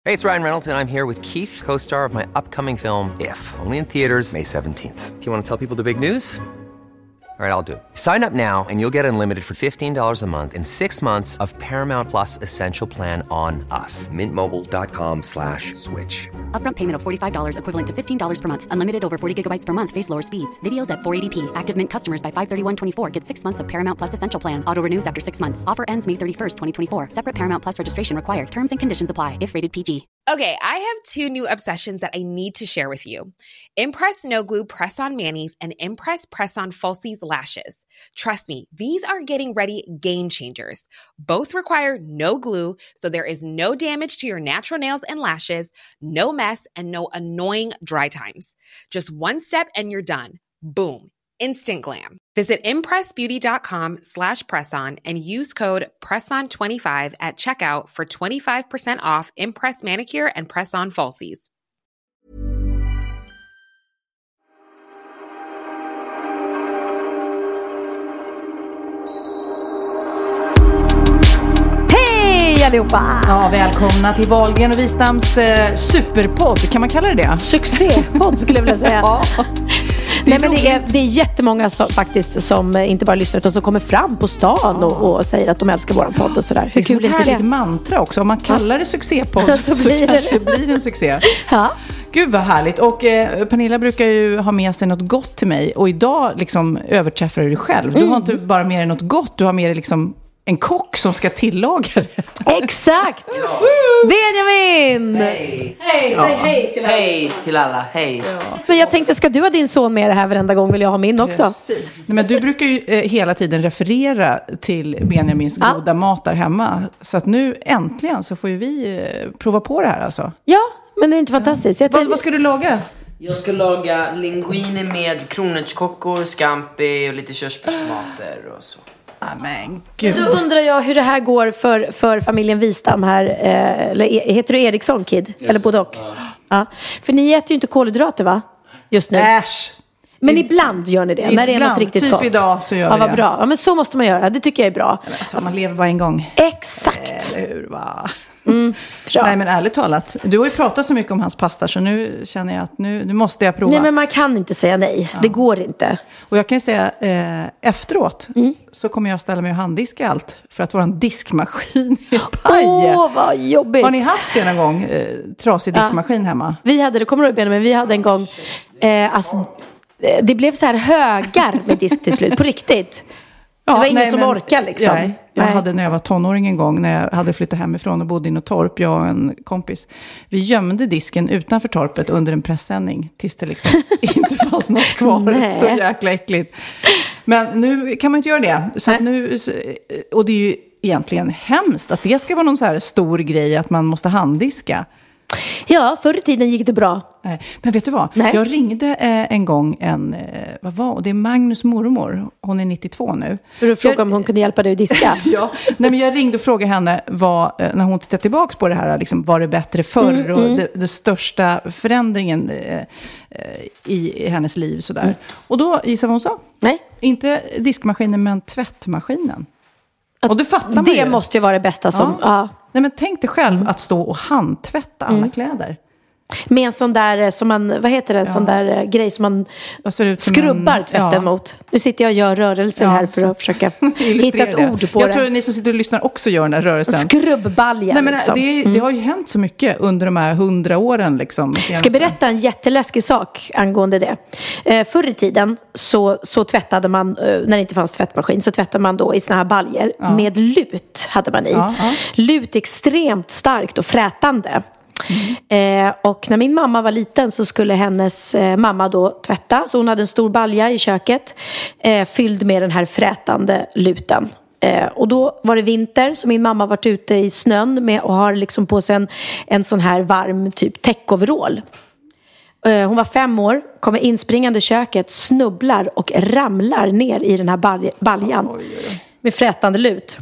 Hey, it's Ryan Reynolds, and I'm here with Keith, co-star of my upcoming film, If, only in theaters May 17th. Do you want to tell people the big news? All right, I'll do it. Sign up now and you'll get unlimited for $15 a month and 6 months of Paramount Plus Essential Plan on us. MintMobile.com/switch. Upfront payment of $45 equivalent to $15 per month. Unlimited over 40 gigabytes per month. Face lower speeds. Videos at 480p. Active Mint customers by 531.24 get 6 months of Paramount Plus Essential Plan. Auto renews after 6 months. Offer ends May 31st, 2024. Separate Paramount Plus registration required. Terms and conditions apply if rated PG. Okay, I have 2 new obsessions that I need to share with you. Impress No Glue Press-On Manis and Impress Press-On Falsies Lashes. Trust me, these are getting ready game changers. Both require no glue, so there is no damage to your natural nails and lashes, no mess, and no annoying dry times. Just one step and you're done. Boom. Instant glam. Visit impressbeauty.com/presson and use code PRESSON25 at checkout for 25% off Impress Manicure and Press-On Falsies. Hej allihopa! Ja, välkomna till Wahlgren och Wistams superpodd. Kan man kalla det det? Succépodd skulle jag vilja säga. Ja. Nej, men det är jättemånga faktiskt som inte bara lyssnar utan som kommer fram på stan och säger att de älskar våran podd och sådär. Hur kul är inte det? Det är ett mantra också. Om man kallar det succépodd så kanske det blir en succé. Ja. Gud vad härligt. Och Pernilla brukar ju ha med sig något gott till mig. Och idag liksom överträffar du dig själv. Du har inte bara med dig något gott, du har med dig liksom en kock som ska tillaga det. Exakt! Ja. Benjamin! Hej! Hej, säg hej till alla. Hej till alla, hej. Ja. Men jag tänkte, ska du ha din son med det här varenda gång, vill jag ha min också? Precis. Nej, men du brukar ju hela tiden referera till Benjamins goda mat där hemma. Så att nu äntligen så får ju vi prova på det här alltså. Ja, men det är inte fantastiskt. Vad ska du laga? Jag ska laga linguine med kronärtskockor, scampi och lite körsbärstomater och så. Amen, gud. Då undrar jag hur det här går för familjen Wistam här. Eller heter du Eriksson, Kid? Yes. Eller både och? Ja. För ni äter ju inte kolhydrater, va? Just nu. Äsch. Men ibland gör ni det, när det är något riktigt typ gott. Idag så gör vi det. Ja, vad bra. Ja, men så måste man göra. Det tycker jag är bra. Alltså, man lever bara en gång. Exakt. Eller hur, va? Nej, men ärligt talat. Du har ju pratat så mycket om hans pasta så nu känner jag att nu måste jag prova. Nej, men man kan inte säga nej. Ja. Det går inte. Och jag kan ju säga efteråt så kommer jag ställa mig och handdiska allt för att våran diskmaskin är paj. Åh, vad jobbigt. Har ni haft det någon gång? Trasig diskmaskin hemma? Vi hade det, kommer du ihåg, men vi hade en gång alltså, det blev så här högar med disk till slut, på riktigt. Det var ingen som orkade liksom. Nej, jag hade när jag var tonåring en gång, när jag hade flyttat hemifrån och bodde i något torp, jag och en kompis. Vi gömde disken utanför torpet under en pressändning tills det liksom inte fanns något kvar. Så jäkla äckligt. Men nu kan man inte göra det. Så nu, och det är ju egentligen hemskt att det ska vara någon så här stor grej att man måste handdiska. Ja, förr i tiden gick det bra. Men vet du vad? Nej. Jag ringde en gång det är Magnus mormor. Hon är 92 nu. Du frågade om hon kunde hjälpa dig att diska. Ja, nej, men jag ringde och frågade henne när hon tittade tillbaka på det här, liksom, var det bättre förr och det största förändringen i hennes liv sådär. Och då gissade hon sa. Nej. Inte diskmaskinen men tvättmaskinen. Och det fattar man det måste ju vara det bästa som... Ja. Nej, men tänk dig själv att stå och handtvätta alla kläder. Med en sån där, som man, vad heter det, sån där grej som man skrubbar tvätten mot. Nu sitter jag och gör rörelser här för att försöka hitta ett ord på det. Jag tror att ni som sitter och lyssnar också gör den här rörelsen. Skrubbbalja. Nej, men liksom. Det har ju hänt så mycket under de här 100 åren. Liksom, ska jag berätta en jätteläskig sak angående det. Förr i tiden så tvättade man, när det inte fanns tvättmaskin, så tvättade man då i såna här baljer med lut hade man i. Lut är extremt starkt och frätande. Och när min mamma var liten så skulle hennes mamma då tvätta. Så hon hade en stor balja i köket fylld med den här frätande luten. Och då var det vinter, så min mamma varit ute i snön med och har liksom på sig en sån här varm typ täckoverall. Hon var 5 år, kommer inspringande i köket, snubblar och ramlar ner i den här baljan med frätande lut.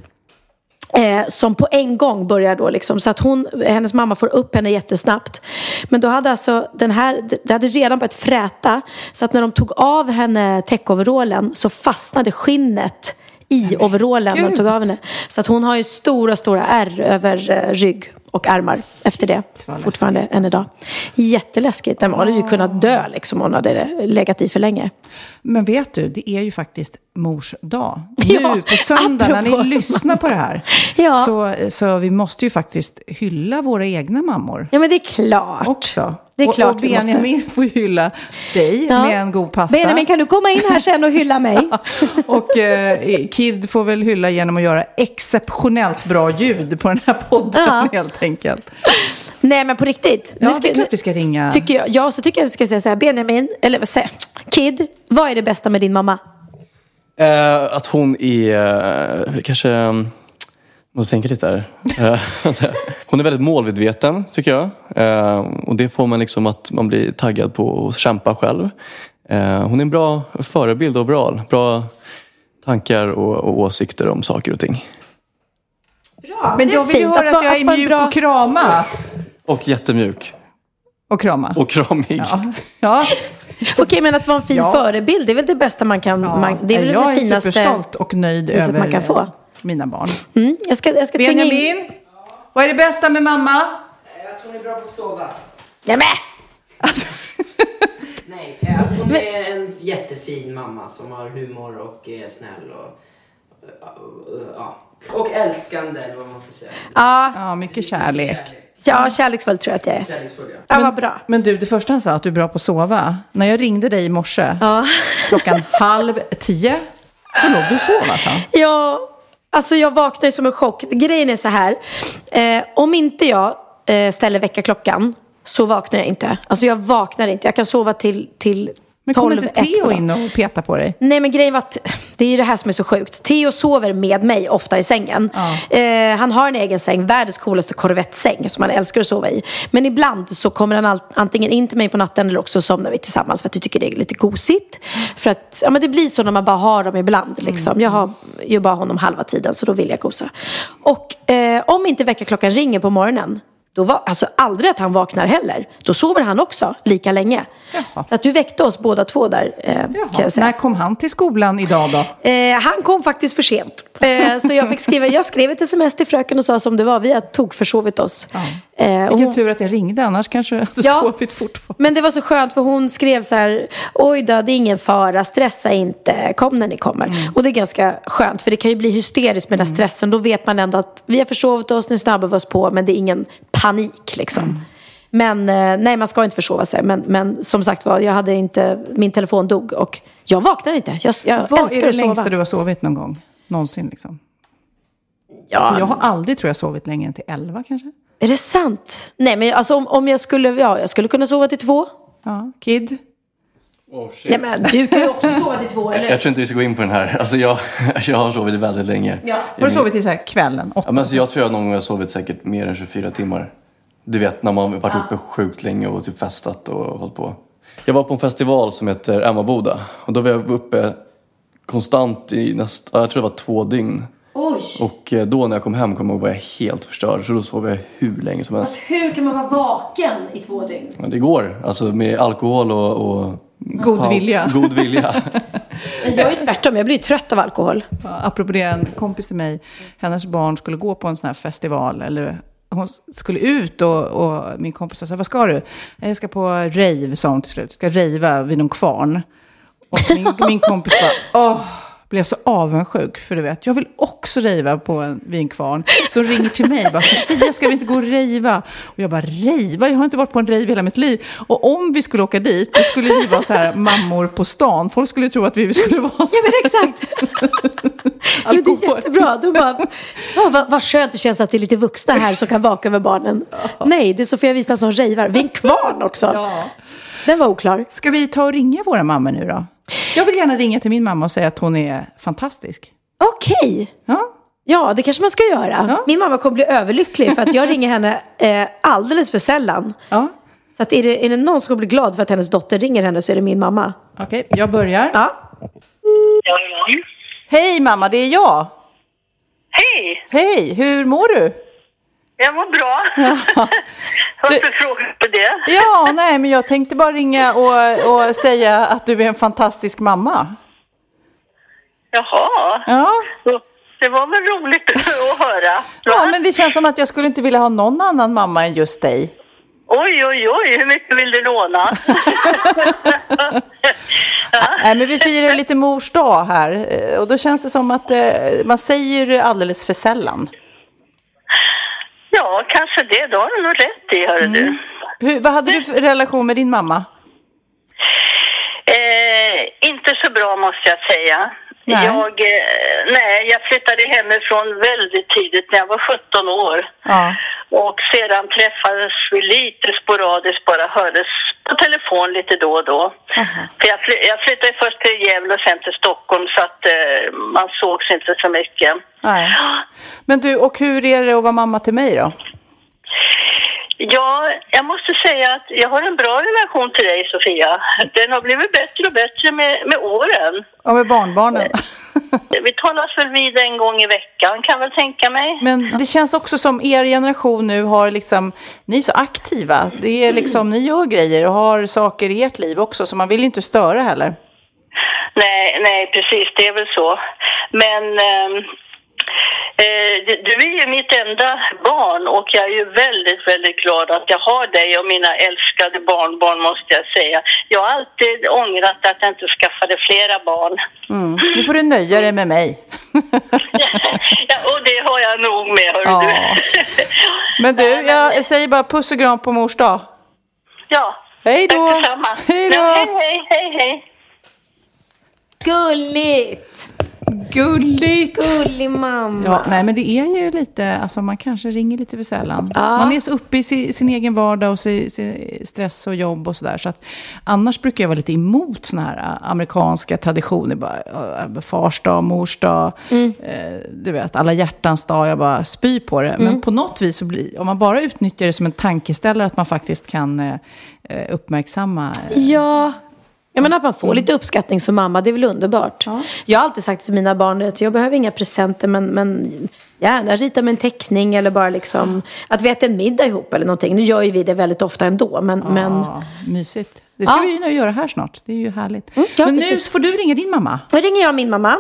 Som på en gång börjar då liksom, så att hennes mamma får upp henne jättesnabbt. Men då hade alltså det hade redan börjat fräta, så att när de tog av henne täckoverallen så fastnade skinnet i overallen och tog av henne. Så att hon har ju stora ärr över rygg och armar efter det. Fortfarande än idag. Jätteläskigt. Den hade ju kunnat dö liksom, hon hade legat i för länge. Men vet du, det är ju faktiskt mors dag. Nu på söndag när ni lyssnar på det här. Så vi måste ju faktiskt hylla våra egna mammor. Ja, men det är klart. Också. Det är klart och Benjamin får hylla dig med en god pasta. Benjamin, kan du komma in här sen och hylla mig? Och Kid får väl hylla genom att göra exceptionellt bra ljud på den här podden helt enkelt. Nej, men på riktigt. Ja, det är klart vi ska ringa. Så tycker jag att vi ska säga så här, Benjamin, eller vad säger Kid, vad är det bästa med din mamma? Att hon är kanske... måste tänka lite här. Hon är väldigt målmedveten, tycker jag. Och det får man liksom att man blir taggad på att kämpa själv. Hon är en bra förebild och bra tankar och åsikter om saker och ting. Bra. Men jag vill ju höra att jag är mjuk och krama. Och jättemjuk. Och krama. Och kramig. Ja. Okej, men att vara en fin förebild, det är väl det bästa man kan... det är väl jag det finaste... Jag är superstolt och nöjd över man kan få. Mina barn. Jag ska Benjamin, vad är det bästa med mamma? Att hon är bra på att sova. Ja, men! Nej, att hon är en jättefin mamma som har humor och är snäll och älskande, eller vad man ska säga. Ja, mycket kärlek. Ja, kärleksfull tror jag att jag är. Kärleksfull, ja. Ja, vad bra. Men du, det första han sa att du är bra på att sova. När jag ringde dig i morse, 9:30, så låg du och sov alltså. Ja, alltså jag vaknade som en chock. Grejen är så här, om inte jag ställer väckarklockan så vaknar jag inte. Alltså jag vaknar inte, jag kan sova till 12. Men kommer inte Theo in och peta på dig? Nej, men grejen var att det är det här som är så sjukt. Theo sover med mig ofta i sängen. Han har en egen säng, världens coolaste Corvette-säng som han älskar att sova i. Men ibland så kommer han antingen in till mig på natten eller också somnar vi tillsammans för att jag tycker det är lite gosigt. För att men det blir så när man bara har dem ibland. Liksom. Jag har ju bara honom halva tiden, så då vill jag gosa. Och om inte väckarklockan ringer på morgonen, då var alltså aldrig att han vaknar heller. Då sover han också lika länge. Jaha. Så att du väckte oss båda två där, kan jag säga. När kom han till skolan idag då? Han kom faktiskt för sent. Så jag skrev ett sms till fröken och sa som det var. Vi har försovit oss. Vilken tur att jag ringde, annars kanske jag hade sovit fortfarande. Men det var så skönt för hon skrev så här: oj då, det är ingen fara, stressa inte, kom när ni kommer. Och det är ganska skönt, för det kan ju bli hysteriskt med den här stressen. Då vet man ändå att vi har försovit oss, nu snabbar vi oss på, men det är ingen panik liksom. Men nej, man ska inte försova sig. Men som sagt var, jag hade inte, min telefon dog och jag vaknar inte. Jag älskar att sova. Vad är det längsta du har sovit någon gång? Någonsin liksom? Ja. För jag har aldrig, tror jag, sovit längre än till 11 kanske. Är det sant? Nej, men alltså om jag skulle kunna sova till 2. Ja, Kid. Nej, men du kan ju också sova till 2, eller? Jag tror inte vi ska gå in på den här. Alltså jag har sovit väldigt länge. Ja. Har du sovit till så här kvällen? 8? Ja, men alltså jag tror att någon gång har sovit säkert mer än 24 timmar. Du vet, när man varit uppe sjukt länge och typ festat och hållit på. Jag var på en festival som heter Emmaboda. Och då var jag uppe konstant i jag tror det var 2 dygn. Oj. Och då när jag kom hem var jag helt förstörd. Så då sov jag hur länge som helst. Alltså, hur kan man vara vaken i 2 dygn? Ja, det går. Alltså med alkohol och god vilja. God vilja. Jag är ju tvärtom, jag blir trött av alkohol. Ja, apropå det, en kompis till mig, hennes barn skulle gå på en sån här festival, eller hon skulle ut och min kompis sa, vad ska du? Jag ska på rave, sa hon till slut. Ska rava vid någon kvarn. Och min kompis bara, blev så avundsjuk, för du vet, jag vill också rejva på en vinkvarn. Så hon ringer till mig, bara, Sofia, ska vi inte gå och rejva? Och jag bara, rejva? Jag har inte varit på en rejv hela mitt liv. Och om vi skulle åka dit, då skulle vi vara så här mammor på stan. Folk skulle tro att vi skulle vara så. Ja, men exakt. Jo, det är jättebra. Då bara, vad skönt det känns att det är lite vuxna här som kan vaka över barnen. Ja. Nej, det är Sofia Wistam som rejvar. Vinkvarn också. Ja. Den var oklar. Ska vi ta och ringa våra mammor nu då? Jag vill gärna ringa till min mamma och säga att hon är fantastisk. Okej. Ja, det kanske man ska göra. Ja. Min mamma kommer bli överlycklig för att jag ringer henne alldeles för sällan. Ja. Så att är det någon som kommer bli glad för att hennes dotter ringer henne, så är det min mamma. Okej, jag börjar. Ja. Hej mamma, det är jag. Hej! Hej, hur mår du? Jag mår bra. Ja. Varför frågar du det? Ja, nej, men jag tänkte bara ringa och säga att du är en fantastisk mamma. Jaha. Ja. Det var väl roligt att höra. Ja, men det känns som att jag skulle inte vilja ha någon annan mamma än just dig. Oj, hur mycket vill du låna? Nej, men vi firar lite mors dag här. Och då känns det som att man säger det alldeles för sällan. Ja, kanske det. Då har du nog rätt i, hörru du. Vad hade du för relation med din mamma? Inte så bra, måste jag säga. Nej. Jag flyttade hemifrån väldigt tidigt när jag var 17 år. Ja. Och sedan träffades vi lite sporadiskt, bara hördes på telefon lite då och då. För jag flyttade först till Gävle och sen till Stockholm, så att man sågs inte så mycket. Nej. Men du, och hur är det att vara mamma till mig då? Ja, jag måste säga att jag har en bra relation till dig, Sofia. Den har blivit bättre och bättre med åren. Och med barnbarnen. Vi talas väl vid en gång i veckan, kan väl tänka mig. Men det känns också som er generation nu har liksom, ni är så aktiva. Det är liksom, ni gör grejer och har saker i ert liv också, så man vill inte störa heller. Nej, precis, det är väl så. Men du är ju mitt enda barn och jag är ju väldigt, väldigt glad att jag har dig och mina älskade barnbarn, måste jag säga. Jag har alltid ångrat att jag inte skaffade flera barn. Nu får du nöja dig med mig. Ja, och det har jag nog med, hör du. Men du, jag säger bara puss och kram på mors dag. Ja, hej då. Tack detsamma. Hej då. Ja, hej. Gulligt! Gullig mamma. Ja, nej, men det är ju lite, alltså man kanske ringer lite för sällan. Ja. Man är så uppe i sin egen vardag och sin stress och jobb och sådär. Så att annars brukar jag vara lite emot såna här amerikanska traditioner. Bara, fars dag, mors dag, du vet, alla hjärtans dag, jag bara spyr på det. Men på något vis så blir, om man bara utnyttjar det som en tankeställare, att man faktiskt kan uppmärksamma. Ja. Jag menar att man får lite uppskattning som mamma, det är väl underbart. Ja. Jag har alltid sagt till mina barn att jag behöver inga presenter, men gärna rita med en teckning eller bara liksom att vi äter en middag ihop eller någonting. Nu gör ju vi det väldigt ofta ändå, men... Mysigt. Det ska vi ju nu göra här snart, det är ju härligt. Ja, men precis. nu får du ringa din mamma. Då ringer jag min mamma.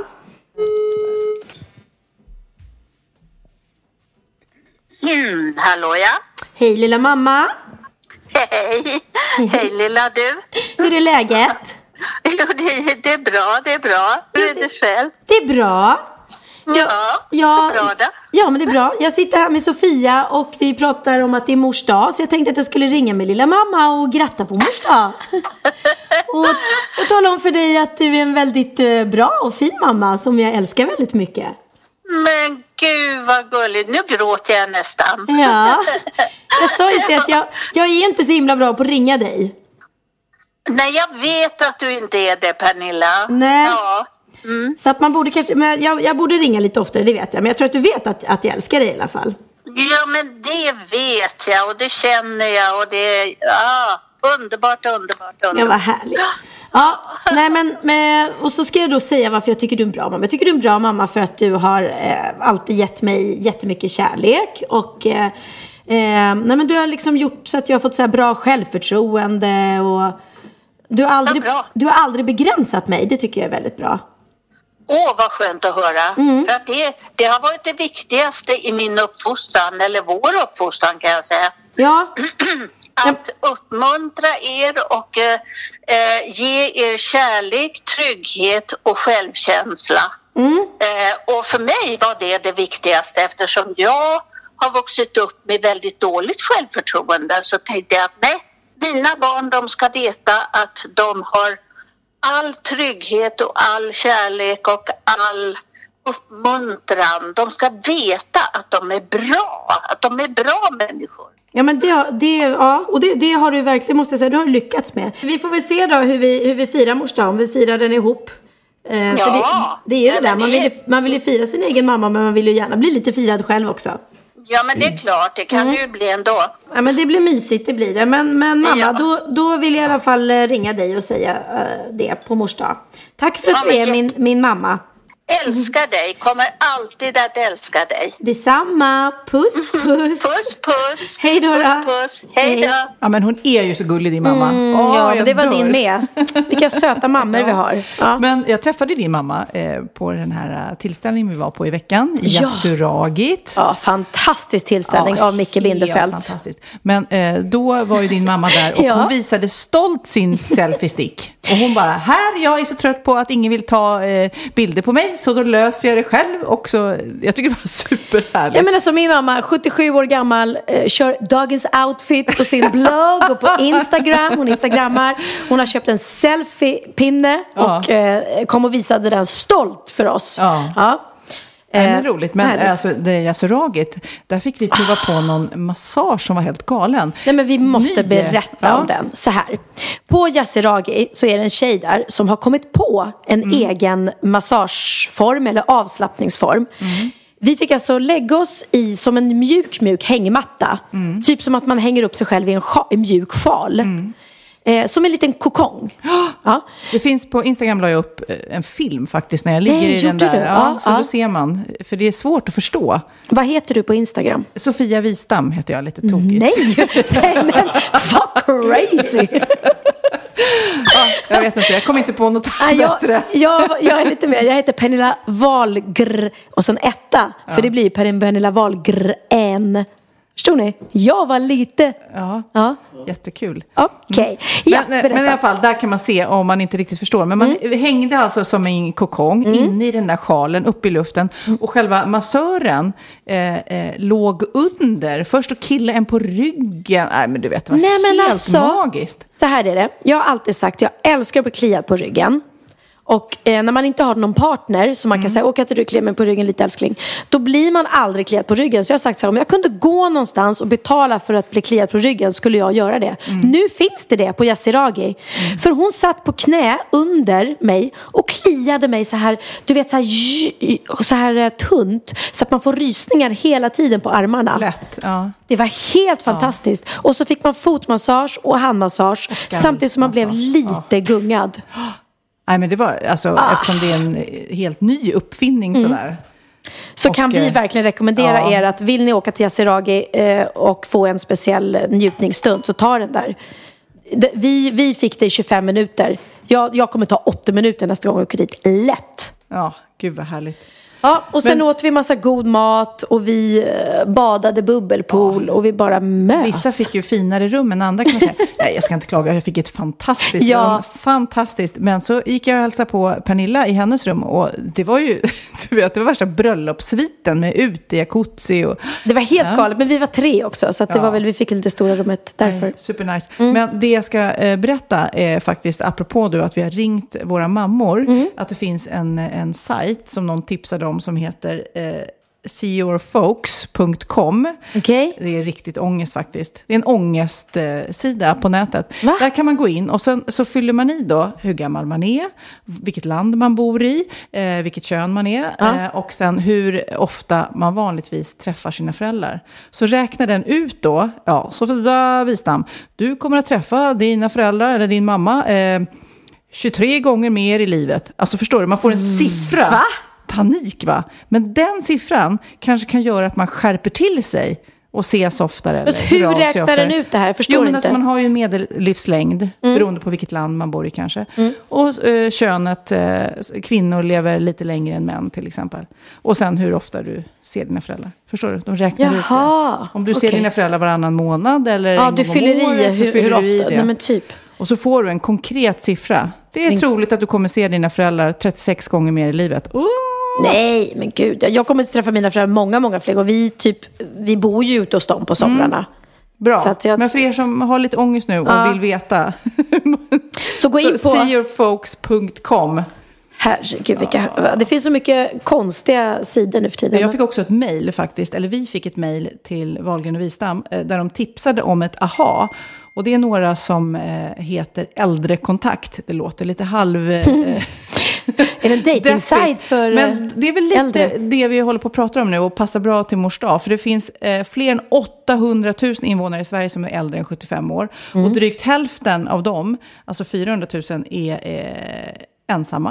Hallå, ja. Hej lilla mamma. Hej lilla du. Hur är läget? Jo, det är bra. Hur är det själv? Det är bra. Ja, så bra då. Ja, men det är bra. Jag sitter här med Sofia och vi pratar om att det är mors dag. Så jag tänkte att jag skulle ringa min lilla mamma och gratta på mors dag. och tala om för dig att du är en väldigt bra och fin mamma som jag älskar väldigt mycket. Men gud vad gulligt, nu gråter jag nästan. Ja, jag sa just det att jag är inte så himla bra på att ringa dig. Nej, jag vet att du inte är det, Pernilla. Nej, ja. Så att man borde kanske, men jag borde ringa lite oftare, det vet jag. Men jag tror att du vet att jag älskar dig i alla fall. Ja, men det vet jag och det känner jag och det är underbart. Ja, vad härligt. Ja, nej men och så ska jag då säga varför jag tycker du är en bra mamma. Jag tycker du är en bra mamma för att du har alltid gett mig jättemycket kärlek och nej men du har liksom gjort så att jag har fått så här bra självförtroende och du har aldrig begränsat mig. Det tycker jag är väldigt bra. Vad skönt att höra. För att det har varit det viktigaste i min uppfostran, eller vår uppfostran kan jag säga. Ja. Att uppmuntra er och ge er kärlek, trygghet och självkänsla. Och för mig var det viktigaste, eftersom jag har vuxit upp med väldigt dåligt självförtroende. Så tänkte jag att nej, mina barn, de ska veta att de har all trygghet och all kärlek och all uppmuntran. De ska veta att de är bra, att de är bra människor. Ja, men det har du verkligen, måste jag säga, det har du lyckats med. Vi får väl se då hur vi firar mors dag, om vi firar den ihop. Ja. Det är ju det där, man vill ju fira sin egen mamma, men man vill ju gärna bli lite firad själv också. Ja, men det är klart, det kan ju bli ändå. Ja, men det blir mysigt, det blir det. Men mamma, då vill jag i alla fall ringa dig och säga det på mors dag. Tack för att du är min mamma. Älskar dig, kommer alltid att älska dig. Detsamma, puss. Puss. Hej då. Puss. Hej då. Ja, men hon är ju så gullig, din mamma. Ja, det var din med. Vilka söta mammor vi har. Ja. Men jag träffade din mamma på den här tillställningen vi var på i veckan. Yasuragit. Ja, fantastisk tillställning av Micke Bindefeld. Fantastiskt. Men då var ju din mamma där och hon visade stolt sin selfie-stick. Och hon bara, jag är så trött på att ingen vill ta bilder på mig, så då löser jag det själv också. Jag tycker det var superhärligt. Jag menar som min mamma, 77 år gammal, kör dagens outfit på sin blogg och på Instagram. Hon instagrammar. Hon har köpt en selfie-pinne och kom och visade den stolt för oss. Ja. Men roligt, men alltså, det Yasuragit, där fick vi prova på någon massage som var helt galen. Nej, men vi måste berätta om den. Så här, på Yasuragi så är det en tjej där som har kommit på en egen massageform eller avslappningsform. Vi fick alltså lägga oss i som en mjuk hängmatta. Typ som att man hänger upp sig själv i en mjuk sjal. Som en liten kokong. Ja. Det finns på Instagram, la jag upp en film faktiskt när jag ligger i den där. Ja, så då ser man, för det är svårt att förstå. Vad heter du på Instagram? Sofia Wistam heter jag, lite tokigt. Nej men fuck crazy. Jag vet inte, jag kom inte på något bättre. Jag är lite mer, jag heter Pernilla Wahlgren och så en etta. För det blir Pernilla Wahlgren. Förstår ni? Jag var lite... Ja. Jättekul. Okej. Men i alla fall, där kan man se om man inte riktigt förstår. Men man hängde alltså som en kokong inne i den där sjalen, upp i luften. Och själva massören låg under. Först och killa en på ryggen. Nej, men du vet, det var helt magiskt. Så här är det. Jag har alltid sagt, jag älskar att bli kliad på ryggen. Och när man inte har någon partner så man kan säga, kan inte du klia mig på ryggen lite älskling, då blir man aldrig kliad på ryggen. Så jag har sagt så här, om jag kunde gå någonstans och betala för att bli kliad på ryggen skulle jag göra det. Nu finns det på Yasuragi. För hon satt på knä under mig och kliade mig så här, du vet så här tunt, så att man får rysningar hela tiden på armarna. Lätt, ja. Det var helt fantastiskt. Och så fick man fotmassage och handmassage samtidigt som man blev lite gungad. Nej, men det var, alltså, eftersom det är en helt ny uppfinning sådär. Så kan vi verkligen rekommendera er att vill ni åka till Yasuragi och få en speciell njutningsstund, så ta den där. Vi fick det i 25 minuter. Jag kommer ta 8 minuter nästa gång jag åker dit. Lätt. Ja, gud vad härligt. Ja, och sen åt vi massa god mat och vi badade bubbelpool och vi bara mös. Vissa fick ju finare rum än andra, kan man säga. Nej, jag ska inte klaga, jag fick ett fantastiskt rum. Fantastiskt. Men så gick jag och hälsade på Pernilla i hennes rum och det var ju, du vet, det var värsta bröllopssviten med jacuzzi och... Det var helt galet, men vi var 3 också, så att det var väl, vi fick lite stora rummet därför. Supernice. Men det jag ska berätta är faktiskt, apropå du, att vi har ringt våra mammor, att det finns en sajt som någon tipsade om som heter seeyourfolks.com. Okay. Det är riktigt ångest faktiskt. Det är en ångestsida på nätet. Va? Där kan man gå in och så fyller man i då hur gammal man är, vilket land man bor i, vilket kön man är och sen hur ofta man vanligtvis träffar sina föräldrar. Så räknar den ut då, Sofia Wistam, du kommer att träffa dina föräldrar eller din mamma 23 gånger mer i livet. Alltså förstår du, man får en siffra. Va? Panik, va? Men den siffran kanske kan göra att man skärper till sig och ses oftare. Eller hur räknar den ut det här? Förstår inte. Alltså man har ju en medellivslängd beroende på vilket land man bor i kanske. Och könet, kvinnor lever lite längre än män till exempel. Och sen hur ofta du ser dina föräldrar. Förstår du? De räknar ut det. Om du ser dina föräldrar varannan månad eller en gång om året, så fyller du i det. Nej, men typ. Och så får du en konkret siffra. Det är troligt att du kommer se dina föräldrar 36 gånger mer i livet. Nej, men gud. Jag kommer att träffa mina föräldrar många fler. Och vi bor ju ute hos dem på somrarna. Bra, så att men för er som har lite ångest nu och vill veta. Så gå in på seeyourfolks.com. Herregud, det finns så mycket konstiga sidor nu för tiden. Jag fick också ett mejl faktiskt, eller vi fick ett mejl till Wahlgren och Wistam där de tipsade om ett AHA. Och det är några som heter Äldrekontakt. Det låter lite halv... Är det en dating-site för men det är väl lite äldre? Det vi håller på att prata om nu och passar bra till mors dag. För det finns fler än 800 000 invånare i Sverige som är äldre än 75 år. Och drygt hälften av dem, alltså 400 000, är ensamma.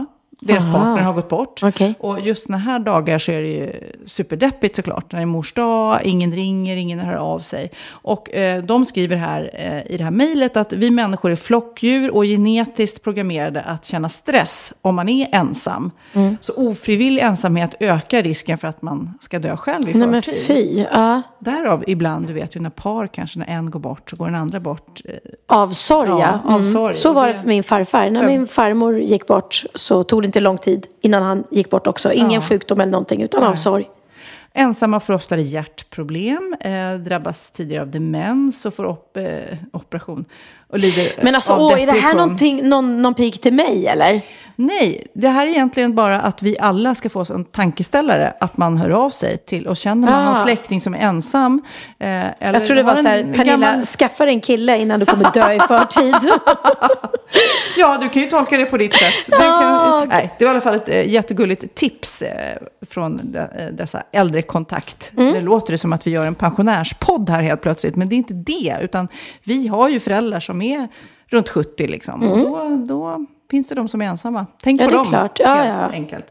Deras partner har gått bort. Okay. Och just den här dagar så är det ju superdeppigt såklart. När det är mors dag, ingen ringer, ingen hör av sig. Och de skriver här i det här mejlet att vi människor är flockdjur och genetiskt programmerade att känna stress om man är ensam. Så ofrivillig ensamhet ökar risken för att man ska dö själv i förtid. Men fy, Därav ibland, du vet ju när par kanske, när en går bort så går den andra bort. Av sorg, av sorg. Så var det för min farfar. När min farmor gick bort så tog det inte lång tid innan han gick bort också. Ingen sjukdom eller någonting utan av sorg. Ensamma får oftare hjärtproblem, drabbas tidigare av demens och får operation. Och lider men alltså, av är det här någon pik till mig eller? Nej, det här är egentligen bara att vi alla ska få oss en tankeställare. Att man hör av sig till och känner man någon släkting som är ensam. Eller jag tror det var så här, Pernilla, skaffa en kille innan du kommer dö i förtid. Ja, du kan ju tolka det på ditt sätt. Det var i alla fall ett jättegulligt tips från dessa äldre kontakt. Det låter det som att vi gör en pensionärspodd här helt plötsligt. Men det är inte det, utan vi har ju föräldrar som är runt 70 liksom. Och då finns det de som är ensamma. Tänk på dem. Klart. Helt enkelt.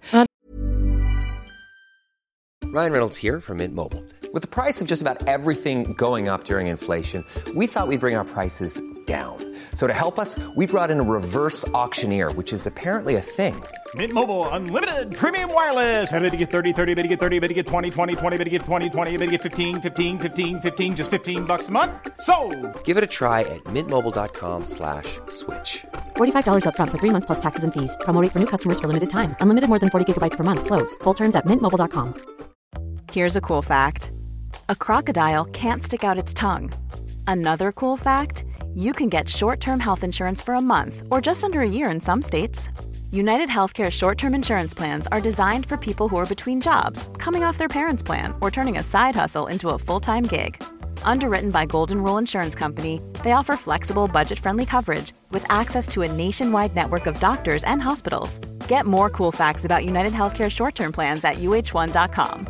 Ryan Reynolds here from Mint Mobile. With the price of just about everything going up during inflation, we thought we'd bring our prices down. So to help us, we brought in a reverse auctioneer, which is apparently a thing. Mint Mobile Unlimited Premium Wireless. How to get 30, 30, bit to get 30, bit to get 20, 20, 20, bit to get 20, 20, bit to get 15, 15, 15, 15, just $15 a month? Sold! Give it a try at mintmobile.com/switch. $45 up front for 3 months plus taxes and fees. Promo rate for new customers for limited time. Unlimited more than 40 gigabytes per month. Slows full terms at mintmobile.com. Here's a cool fact. A crocodile can't stick out its tongue. Another cool fact, you can get short-term health insurance for a month or just under a year in some states. United Healthcare short-term insurance plans are designed for people who are between jobs, coming off their parents' plan, or turning a side hustle into a full-time gig. Underwritten by Golden Rule Insurance Company, they offer flexible, budget-friendly coverage with access to a nationwide network of doctors and hospitals. Get more cool facts about United Healthcare short-term plans at uh1.com.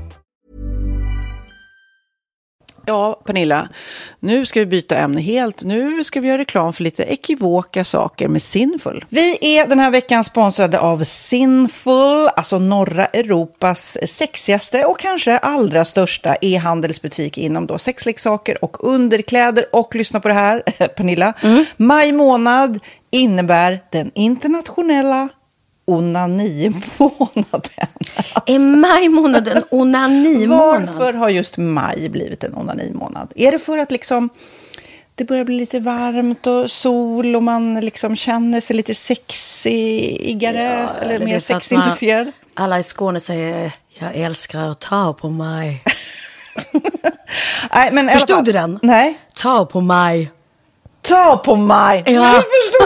Ja, Pernilla, nu ska vi byta ämne helt. Nu ska vi göra reklam för lite ekivoka saker med Sinful. Vi är den här veckan sponsrade av Sinful, alltså norra Europas sexigaste och kanske allra största e-handelsbutik inom då sexleksaker och underkläder. Och lyssna på det här, Pernilla. Maj månad innebär den internationella onanimånaden. Är maj månaden onanimånad? Varför har just maj blivit en onanimånad? Är det för att liksom det börjar bli lite varmt och sol och man liksom känner sig lite sexigare eller mer sexintresserad? Alla i Skåne säger jag älskar att ta på mig. Nej, men förstod du den? Nej. Ta på mig. Ta på mig. Ja. Jag förstod.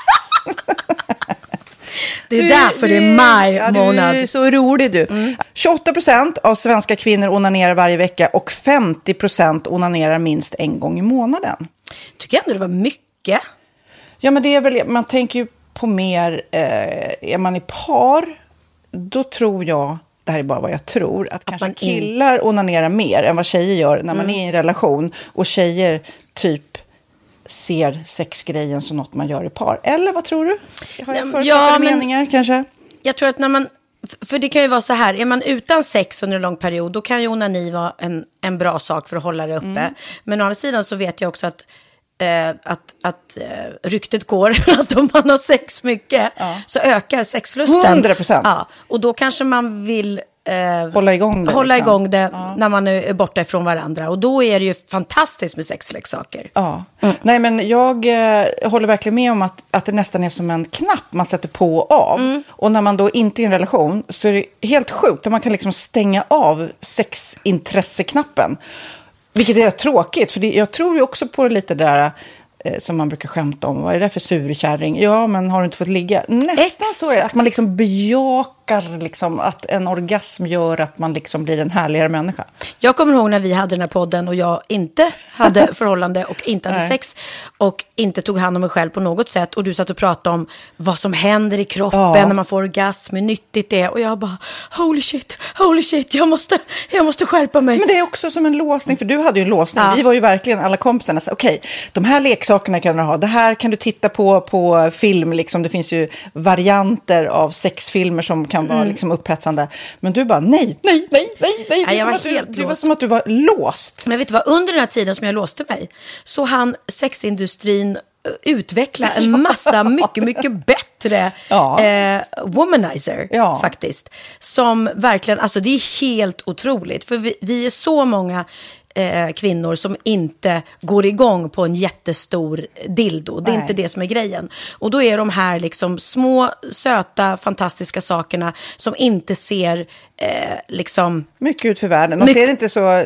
Det är därför det är maj månad. Du är så rolig du. 28% av svenska kvinnor onanerar varje vecka och 50% onanerar minst en gång i månaden. Tycker jag ändå det var mycket. Ja, men det är väl, man tänker ju på mer, är man i par, då tror jag, det här är bara vad jag tror, att kanske killar onanerar mer än vad tjejer gör när man är i en relation. Och tjejer typ ser sexgrejen som något man gör i par. Eller vad tror du? Har jag förutsatta meningar kanske? Jag tror att när man, för det kan ju vara så här, är man utan sex under en lång period, då kan ju onani vara en bra sak för att hålla det uppe. Men å andra sidan så vet jag också att ryktet går att om man har sex mycket så ökar sexlusten. 100%. Ja, och då kanske man vill hålla igång det, när man är borta ifrån varandra. Och då är det ju fantastiskt med sexleksaker. Ja. Nej, men jag håller verkligen med om att det nästan är som en knapp man sätter på och av. Och när man då inte är i en relation så är det helt sjukt att man kan liksom stänga av sexintresseknappen. Vilket är tråkigt, för jag tror ju också på lite där som man brukar skämta om. Vad är det för surkärring? Ja, men har du inte fått ligga? Nästan så är det att man liksom bejakar lockar liksom, att en orgasm gör att man liksom blir en härligare människa? Jag kommer ihåg när vi hade den här podden och jag inte hade förhållande och inte hade sex och inte tog hand om mig själv på något sätt. Och du satt och pratade om vad som händer i kroppen när man får orgasm, hur nyttigt det är. Och jag bara, holy shit, jag måste skärpa mig. Men det är också som en låsning, för du hade ju en låsning. Vi var ju verkligen alla kompisarna. Okej, de här leksakerna kan du ha. Det här kan du titta på film. Liksom. Det finns ju varianter av sexfilmer som kan vara liksom upphetsande. Men du bara, nej. Det var som att du var låst. Men vet du vad, under den här tiden som jag låste mig så hann sexindustrin utveckla en massa mycket bättre womanizer faktiskt. Som verkligen, alltså det är helt otroligt. För vi är så många kvinnor som inte går igång på en jättestor dildo. Det är inte det som är grejen. Och då är de här liksom små, söta, fantastiska sakerna som inte ser liksom... mycket ut för världen. De ser inte så...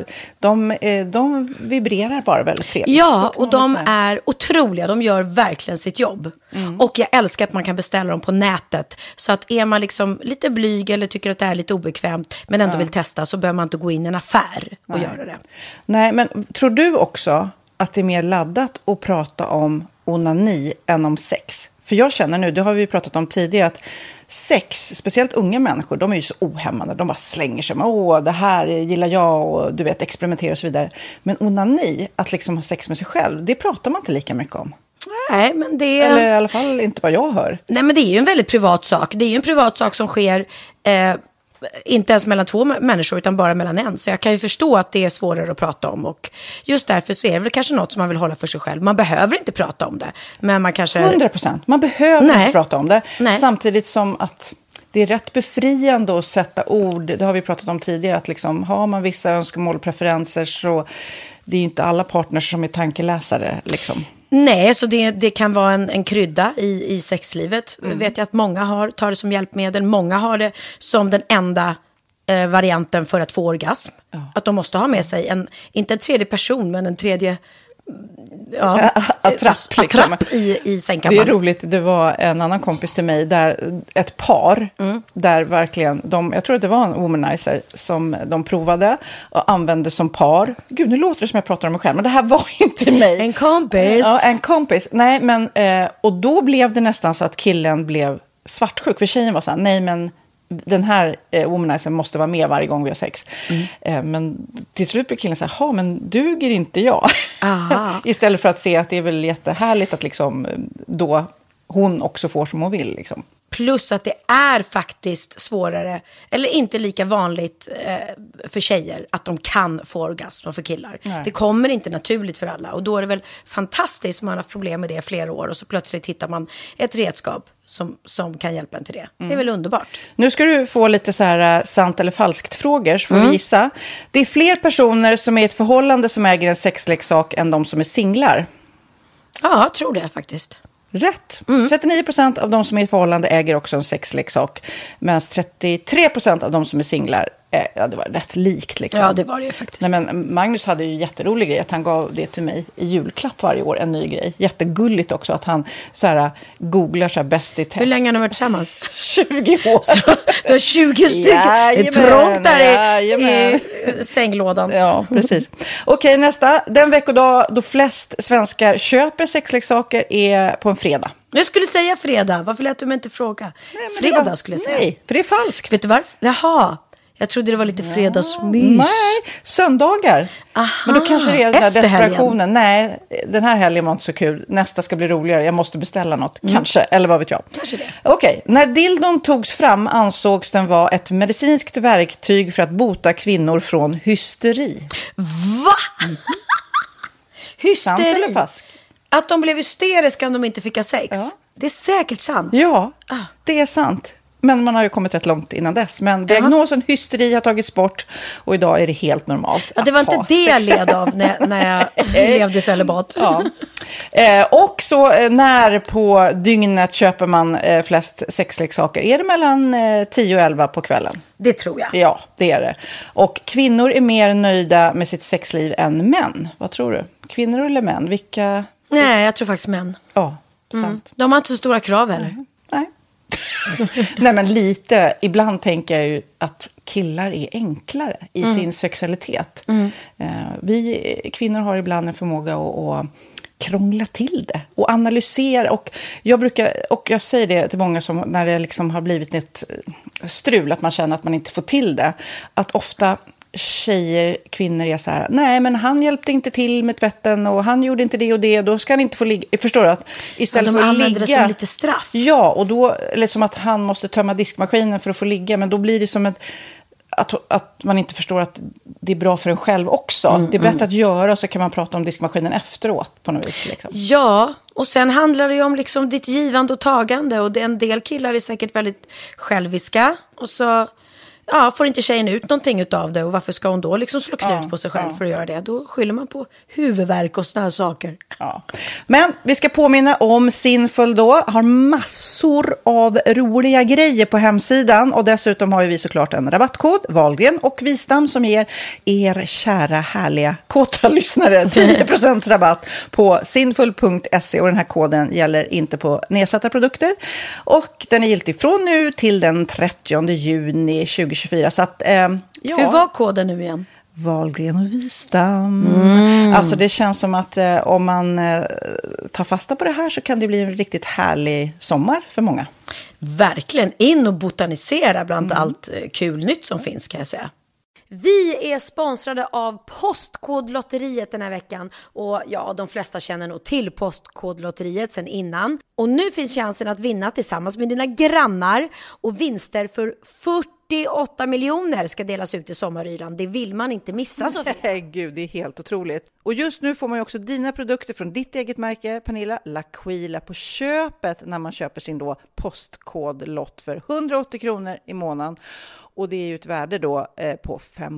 De vibrerar bara väldigt trevligt. Ja, och de är otroliga. De gör verkligen sitt jobb. Och jag älskar att man kan beställa dem på nätet. Så att är man liksom lite blyg eller tycker att det är lite obekvämt men ändå vill testa, så behöver man inte gå in i en affär och göra det. Nej, men tror du också att det är mer laddat att prata om onani än om sex? För jag känner nu, det har vi pratat om tidigare, att sex, speciellt unga människor, de är ju så ohämmande. De bara slänger sig med, det här gillar jag och du vet, experimentera och så vidare. Men onani, att liksom ha sex med sig själv, det pratar man inte lika mycket om. Nej, men det... Eller i alla fall inte vad jag hör. Nej, men det är ju en väldigt privat sak. Det är ju en privat sak som sker... inte ens mellan två människor utan bara mellan en. Så jag kan ju förstå att det är svårare att prata om. Och just därför så är det väl kanske något som man vill hålla för sig själv. Man behöver inte prata om det. Men man kanske... 100%. Man behöver inte prata om det. Nej. Samtidigt som att det är rätt befriande att sätta ord. Det har vi pratat om tidigare. Att liksom, har man vissa önskemål och preferenser så det är ju inte alla partners som är tankeläsare liksom. Nej, så det kan vara en krydda i sexlivet. Vet jag att många tar det som hjälpmedel. Många har det som den enda varianten för att få orgasm. Ja. Att de måste ha med sig inte en tredje person, men en tredje attrapp i sängkammaren. Det är roligt, det var en annan kompis till mig där ett par där verkligen jag tror att det var en womanizer som de provade och använde som par. Gud, nu låter det som jag pratar om mig själv, men det här var inte mig. En kompis. Ja, en kompis. Nej, men och då blev det nästan så att killen blev svartsjuk, för tjejen var så här, nej men den här womanizer måste vara med varje gång vi har sex. Men till slut blir killen så här, men duger inte jag? Istället för att se att det är väl jättehärligt att liksom, då hon också får som hon vill. Liksom. Plus att det är faktiskt svårare, eller inte lika vanligt för tjejer att de kan få orgasm för killar. Nej. Det kommer inte naturligt för alla. Och då är det väl fantastiskt om man har haft problem med det i flera år. Och så plötsligt hittar man ett redskap som kan hjälpa en till det. Det är väl underbart. Nu ska du få lite så här sant eller falskt frågor, så får vi gissa. Det är fler personer som är i ett förhållande som äger en sexleksak än de som är singlar. Ja, jag tror det faktiskt. Rätt. 39% av de som är i förhållande äger också en sexleksak. Medan 33% av de som är singlar, det var rätt likt. Liksom. Ja, det var det ju faktiskt. Nej, men Magnus hade ju jätterolig grej att han gav det till mig i julklapp varje år, en ny grej. Jättegulligt också att han så här, googlar så här bäst i test. Hur länge har ni varit tillsammans? 20 år. Så, du har 20 stycken. Det är trångt där i sänglådan. Ja, precis. Okej, nästa. Den veckodag då flest svenskar köper sexleksaker är på en fredag. Jag skulle säga fredag. Varför lät du mig inte fråga? Nej, fredag skulle jag säga. Nej, för det är falskt. Vet du varför? Jaha. Jag trodde det var lite fredagsmys. Nej, söndagar. Aha, men då kanske det är den här desperationen. Helgen. Nej, den här helgen var inte så kul. Nästa ska bli roligare. Jag måste beställa något. Kanske, eller vad vet jag. Kanske det. Okej, när dildon togs fram ansågs den vara ett medicinskt verktyg för att bota kvinnor från hysteri. Va? Hysteri? Sant eller falskt? Att de blev hysteriska om de inte fick ha sex. Ja. Det är säkert sant. Ja, det är sant. Men man har ju kommit rätt långt innan dess. Men diagnosen hysteri har tagits bort. Och idag är det helt normalt. Ja, det var inte det jag led av när jag levde celibat. Ja. Och så när på dygnet köper man flest sexleksaker? Är det mellan 10 och 11 på kvällen? Det tror jag. Ja, det är det. Och kvinnor är mer nöjda med sitt sexliv än män. Vad tror du? Kvinnor eller män? Vilka... Nej, jag tror faktiskt män. Ja, sant. De har inte så stora krav heller. Nej. Nej, men lite. Ibland tänker jag ju att killar är enklare i sin sexualitet. Vi kvinnor har ibland en förmåga att krångla till det och analysera. Och jag säger det till många som när det liksom har blivit ett strul, att man känner att man inte får till det. Att ofta kvinnor är så här: nej, men han hjälpte inte till med tvätten och han gjorde inte det och det, då ska han inte få ligga. Förstår du? Att istället för att ligga, det som lite straff. Ja, och då eller som att han måste tömma diskmaskinen för att få ligga, men då blir det som att man inte förstår att det är bra för en själv också. Det är bättre att göra, och så kan man prata om diskmaskinen efteråt på något vis. Liksom. Ja, och sen handlar det ju om liksom ditt givande och tagande. Och en del killar är säkert väldigt själviska. Och så får inte tjejen ut någonting utav det. Och varför ska hon då liksom slå knut på sig själv för att göra det? Då skyller man på huvudvärk och sådana saker. Ja. Men vi ska påminna om Sinful då. Har massor av roliga grejer på hemsidan. Och dessutom har vi såklart en rabattkod, Wahlgren och Wistam, som ger er kära, härliga, kåta lyssnare 10% rabatt på sinful.se. Och den här koden gäller inte på nedsatta produkter. Och den är giltig från nu till den 30 juni 2024. Så att, Hur var koden nu igen? Wahlgren och Wistam. Alltså det känns som att om man tar fasta på det här så kan det bli en riktigt härlig sommar för många. Verkligen, in och botanisera bland allt kul nytt som finns, kan jag säga. Vi är sponsrade av Postkodlotteriet den här veckan. Och de flesta känner nog till Postkodlotteriet sen innan. Och nu finns chansen att vinna tillsammans med dina grannar. Och vinster för 48 miljoner ska delas ut i sommaryran. Det vill man inte missa, Sofie. Gud, det är helt otroligt. Och just nu får man ju också dina produkter från ditt eget märke, Pernilla, L'Aquila, på köpet när man köper sin då postkodlott för 180 kronor i månaden. Och det är ju ett värde då på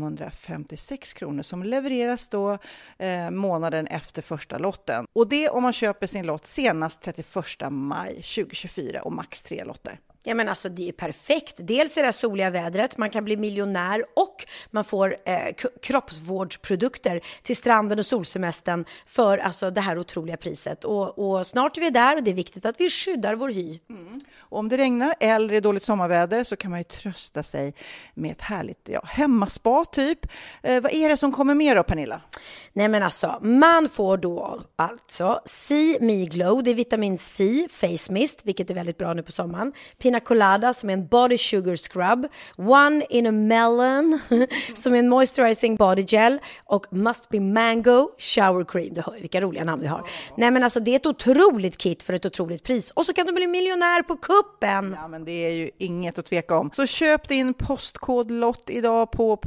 556 kronor som levereras då månaden efter första lotten. Och det om man köper sin lott senast 31 maj 2024 och max 3 lotter. Ja, men alltså det är perfekt. Dels är det soliga vädret, man kan bli miljonär och man får kroppsvårdsprodukter till stranden och solsemestern för alltså det här otroliga priset. Och snart är vi där och det är viktigt att vi skyddar vår hy. Och om det regnar eller är dåligt sommarväder så kan man ju trösta sig med ett härligt hemmaspa typ. Vad är det som kommer med då, Pernilla? Nej, men alltså, man får då alltså See Me Glow, det är vitamin C face mist, vilket är väldigt bra nu på sommaren. Pina Colada som är en body sugar scrub, One in a Melon som är en moisturizing body gel och Must Be Mango shower cream. Du hör vilka roliga namn vi har. Nej, men alltså det är ett otroligt kit för ett otroligt pris. Och så kan du bli miljonär på kuppen. Ja, men det är ju inget att tveka om. Så köp din postkodlott idag på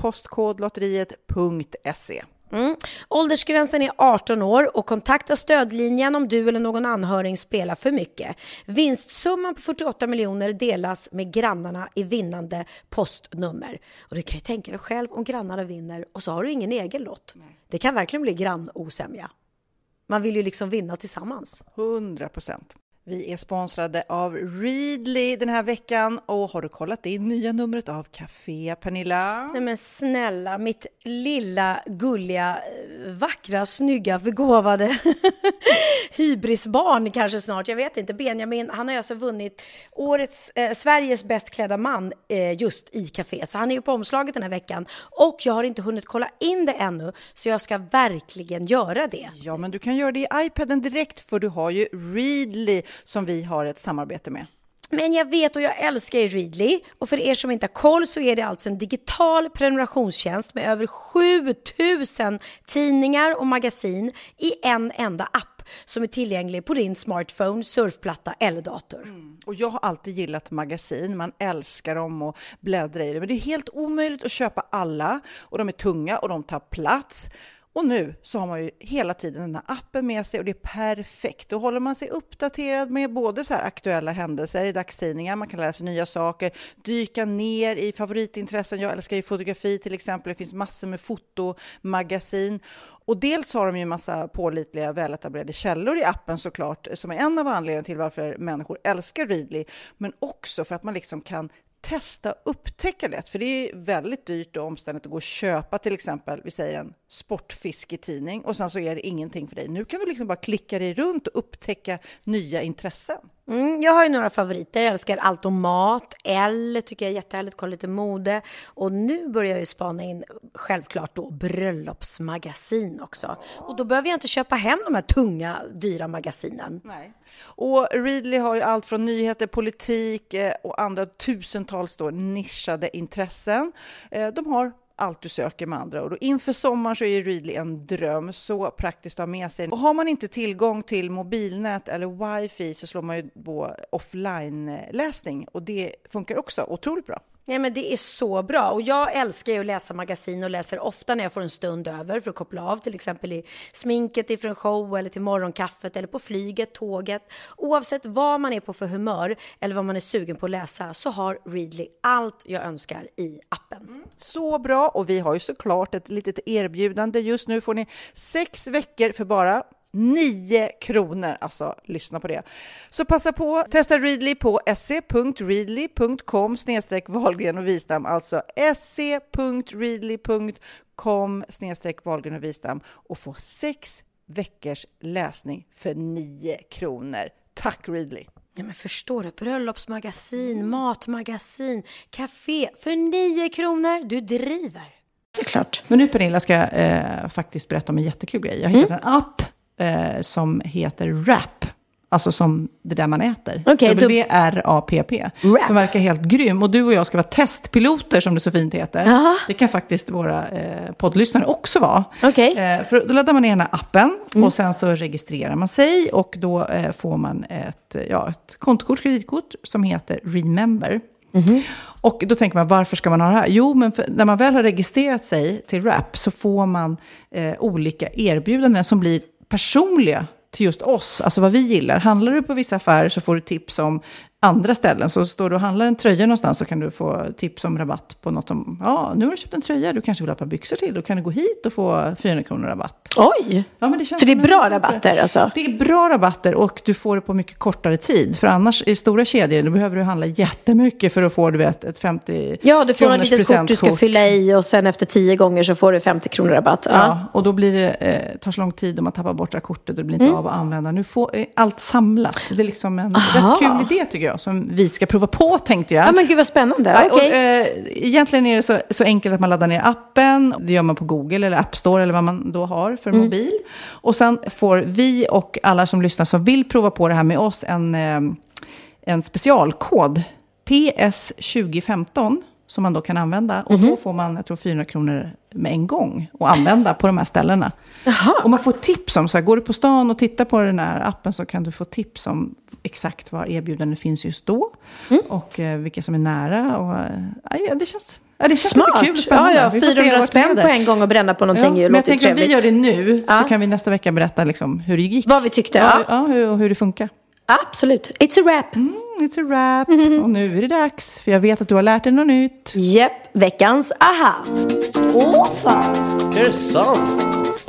postkodlotteriet.se. Åldersgränsen är 18 år och kontakta stödlinjen om du eller någon anhörig spelar för mycket. Vinstsumman på 48 miljoner delas med grannarna i vinnande postnummer. Och du kan ju tänka dig själv om grannarna vinner och så har du ingen egen lott. Nej. Det kan verkligen bli grannosämja. Man vill ju liksom vinna tillsammans. 100%. Vi är sponsrade av Readly den här veckan. Och har du kollat det nya numret av Café, Pernilla? Nej, men snälla, mitt lilla, gulliga, vackra, snygga, begåvade hybrisbarn kanske snart. Jag vet inte. Benjamin, han har alltså vunnit årets Sveriges bäst klädda man just i Café. Så han är ju på omslaget den här veckan. Och jag har inte hunnit kolla in det ännu. Så jag ska verkligen göra det. Ja, men du kan göra det i iPaden direkt. För du har ju Readly som vi har ett samarbete med. Men jag vet och jag älskar ju Readly. Och för er som inte har koll så är det alltså en digital prenumerationstjänst med över 7000 tidningar och magasin i en enda app som är tillgänglig på din smartphone, surfplatta eller dator. Och jag har alltid gillat magasin. Man älskar dem och bläddra i det. Men det är helt omöjligt att köpa alla. Och de är tunga och de tar plats. Och nu så har man ju hela tiden den här appen med sig och det är perfekt. Då håller man sig uppdaterad med både så här aktuella händelser i dagstidningar. Man kan lära sig nya saker, dyka ner i favoritintressen. Jag älskar ju fotografi till exempel. Det finns massor med fotomagasin. Och dels har de ju en massa pålitliga, väletablerade källor i appen såklart. Som är en av anledningarna till varför människor älskar Readly. Men också för att man liksom kan testa upptäcka lätt, för det är väldigt dyrt och omständigt att gå och köpa till exempel, vi säger en sportfisketidning och sen så är det ingenting för dig. Nu kan du liksom bara klicka dig runt och upptäcka nya intressen. Jag har ju några favoriter. Jag älskar allt om mat. Elle tycker jag är jättehärligt. Kolla lite mode. Och nu börjar jag ju spana in, självklart då, bröllopsmagasin också. Och då behöver jag inte köpa hem de här tunga, dyra magasinen. Nej. Och Readly har ju allt från nyheter, politik och andra tusentals då nischade intressen. De har allt du söker med andra. Och inför sommaren så är Readly en dröm, så praktiskt att ha med sig. Och har man inte tillgång till mobilnät eller wifi så slår man ju på offline-läsning. Och det funkar också otroligt bra. Ja, men det är så bra. Och jag älskar ju att läsa magasin och läser ofta när jag får en stund över för att koppla av. Till exempel i sminket ifrån show eller till morgonkaffet eller på flyget, tåget. Oavsett vad man är på för humör eller vad man är sugen på att läsa så har Readly allt jag önskar i appen. Så bra, och vi har ju såklart ett litet erbjudande. Just nu får ni 6 veckor för bara 9 kronor, alltså lyssna på det. Så passa på, testa Readly på se.readly.com/Wahlgren och Wistam, alltså se.readly.com/Wahlgren och Wistam och få 6 veckors läsning för 9 kronor. Tack Readly! Ja, men förstår du? Bröllopsmagasin, matmagasin, café för 9 kronor. Du driver. Det är klart. Men nu Pernilla ska faktiskt berätta om en jättekul grej. Jag har hittat en app som heter Wrap. Alltså som det där man äter. Okay, W-R-A-P-P. Som verkar helt grym. Och du och jag ska vara testpiloter som det så fint heter. Aha. Det kan faktiskt våra poddlyssnare också vara. Okay. För då laddar man ner den här appen. Och sen så registrerar man sig. Och då får man ett kontokort, kreditkort som heter Remember. Mm-hmm. Och då tänker man, varför ska man ha det här? Jo, men när man väl har registrerat sig till Wrap så får man olika erbjudanden som blir personliga till just oss, alltså vad vi gillar. Handlar du på vissa affärer så får du tips om andra ställen. Så står du och handlar en tröja någonstans så kan du få tips om rabatt på något som, nu har du köpt en tröja, du kanske vill ha ett par byxor till. Då kan du gå hit och få 400 kronor rabatt. Oj! Ja, men det känns så det är bra rabatter alltså? Det är bra rabatter och du får det på mycket kortare tid. För annars i stora kedjor då behöver du handla jättemycket för att få ett 50 Ja, du får ett litet kort du ska fylla i och sen efter 10 gånger så får du 50 kronor rabatt. Ja, och då blir det, tar så lång tid om man tappar bort det här kortet och det blir inte av att använda. Nu får allt samlat. Det är liksom en rätt kul idé tycker jag som vi ska prova på, tänkte jag. Ja, men gud vad spännande. Ja, okay. Egentligen är det så enkelt att man laddar ner appen. Det gör man på Google eller App Store eller vad man då har för mobil. Och sen får vi och alla som lyssnar som vill prova på det här med oss en specialkod. PS2015 som man då kan använda. Och då får man, jag tror, 400 kronor med en gång att använda på de här ställena. Aha. Och man får tips om, så här, går du på stan och tittar på den här appen så kan du få tips om exakt var erbjudanden finns just då. Och vilka som är nära. Och, det känns smart. Lite kul och spännande. Ja, 400 spänn på en gång och bränna på någonting. Men jag tänker att vi gör det nu så kan vi nästa vecka berätta liksom hur det gick. Vad vi tyckte. Hur det funkar. Absolut. It's a wrap. It's a wrap. Och nu är det dags. För jag vet att du har lärt dig något nytt. Japp, veckans aha. Fan. Är det sant?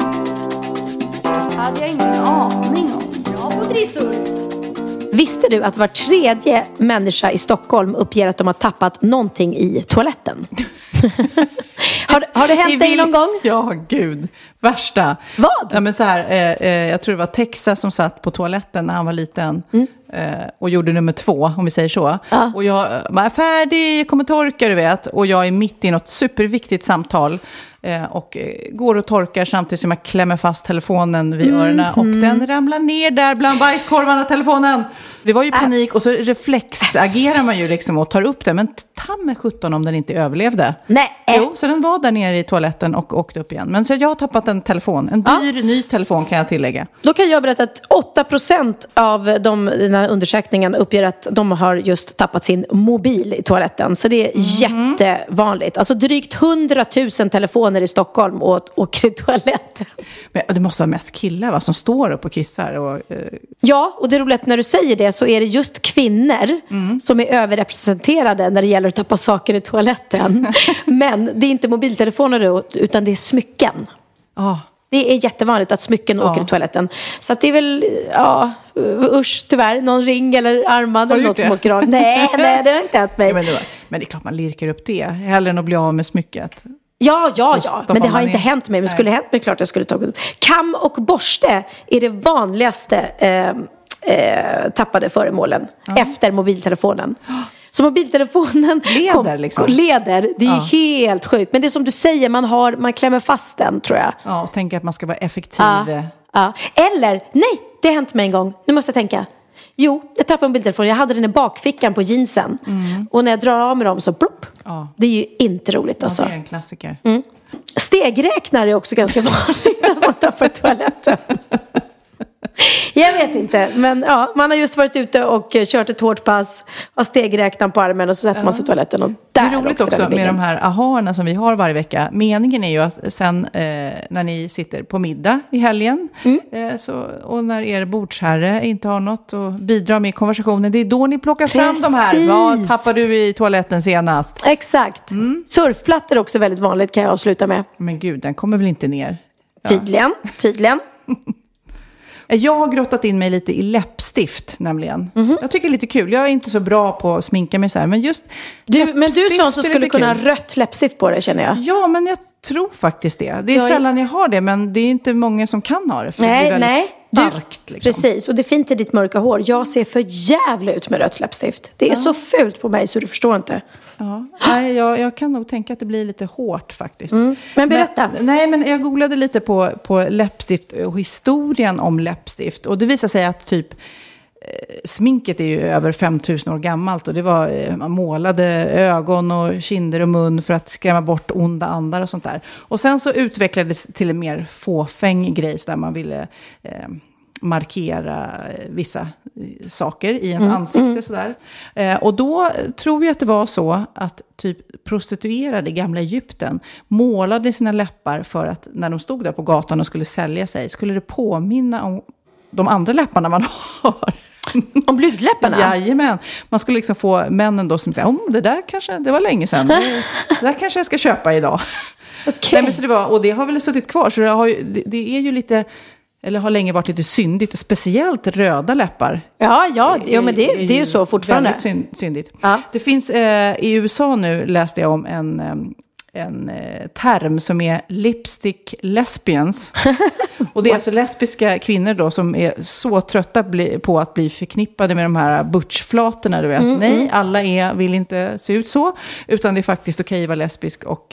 Hade jag ingen aning om. Bra på trissor. Visste du att var tredje människa i Stockholm uppger att de har tappat någonting i toaletten? har det hänt dig någon gång? Ja, gud. Värsta. Vad? Ja, men så här, jag tror det var Texas som satt på toaletten när han var liten. Och gjorde nummer 2, om vi säger så. Och jag var färdig, jag kommer torka, du vet. Och jag är mitt i något superviktigt samtal. Och går och torkar samtidigt som jag klämmer fast telefonen vid öronen. Och den ramlar ner där bland bajskorvarna, telefonen. Det var ju panik och så reflexagerar man ju liksom och tar upp det. Men ta med 17 om den inte överlevde. Nej. Jo, så den var där nere i toaletten och åkte upp igen. Men så jag har tappat en telefon. En dyr ny telefon kan jag tillägga. Då kan jag berätta att 8% av den här undersökningen uppger att de har just tappat sin mobil i toaletten. Så det är jättevanligt. Alltså drygt 100 000 telefoner i Stockholm åker i toaletten. Men det måste vara mest killar som står upp och kissar. Och, Ja, och det är roligt när du säger det så är det just kvinnor som är överrepresenterade när det gäller att tappa saker i toaletten. Men det är inte mobiltelefoner utan det är smycken. Det är jättevanligt att smycken åker i toaletten. Så att det är väl, usch tyvärr, någon ring eller armband eller något som åker av. Nej, det har inte hänt mig. Ja, men det är klart man lirkar upp det. Hellre än att bli av med smycket. Ja. Men det har inte hänt mig. Men skulle det hänt mig, klart jag skulle ta upp. Kam och borste är det vanligaste tappade föremålen efter mobiltelefonen. Så mobiltelefonen leder. Det är helt sjukt. Men det är som du säger, man klämmer fast den, tror jag. Ja, och tänker att man ska vara effektiv. Ja. Eller, nej, det har hänt mig en gång. Nu måste jag tänka. Jo, jag tappade mobiltelefonen. Jag hade den i bakfickan på jeansen. Och när jag drar av med dem så plopp. Det är ju inte roligt alltså. Ja, det är en klassiker. Stegräknare är också ganska vanligt att man tappar toaletten. Jag vet inte, men man har just varit ute och kört ett hårt pass, har stegräknaren på armen och så sätter man sig i toaletten. Och det är roligt också med de här aharna som vi har varje vecka. Meningen är ju att sen när ni sitter på middag i helgen och när er bordsherre inte har något och bidrar med konversationen, det är då ni plockar fram de här. Vad tappar du i toaletten senast? Exakt. Surfplattor är också väldigt vanligt, kan jag avsluta med. Men gud, den kommer väl inte ner? Tydligen. Jag har grottat in mig lite i läppstift nämligen. Jag tycker det är lite kul. Jag är inte så bra på att sminka mig så här. Men just du är sån som skulle kunna ha rött läppstift på det, känner jag. Ja, men jag tror faktiskt det. Det är sällan jag har det, men det är inte många som kan ha det. För det blir väldigt starkt. Liksom. Precis, och det är fint i ditt mörka hår. Jag ser för jävligt ut med rött läppstift. Det är så fult på mig så du förstår inte. Ja. Nej, jag kan nog tänka att det blir lite hårt faktiskt. Men berätta. Men jag googlade lite på läppstift och historien om läppstift. Och det visar sig att typ sminket är ju över 5000 år gammalt. Och det var, man målade ögon och kinder och mun för att skrämma bort onda andar och sånt där. Och sen så utvecklades det till en mer fåfäng grej så där man ville markera vissa saker i ens ansikte sådär. Och då tror jag att det var så att typ prostituerade i gamla Egypten målade sina läppar för att när de stod där på gatan och skulle sälja sig skulle det påminna om de andra läpparna man har. Om blygdläpparna? Jajamän. Man skulle liksom få männen då som säger, det var länge sedan. Det där kanske jag ska köpa idag. Nej, men så det var, och det har väl suttit kvar så det är ju lite, eller har länge varit lite syndigt, speciellt röda läppar. Ja, men det är ju så fortfarande. Väldigt syndigt. Ja. Det finns i USA nu, läste jag om en term som är lipstick lesbians. Och det är alltså lesbiska kvinnor då som är så trötta på att bli förknippade med de här butchflatorna, du vet. Nej, alla vill inte se ut så, utan det är faktiskt okej att vara lesbisk och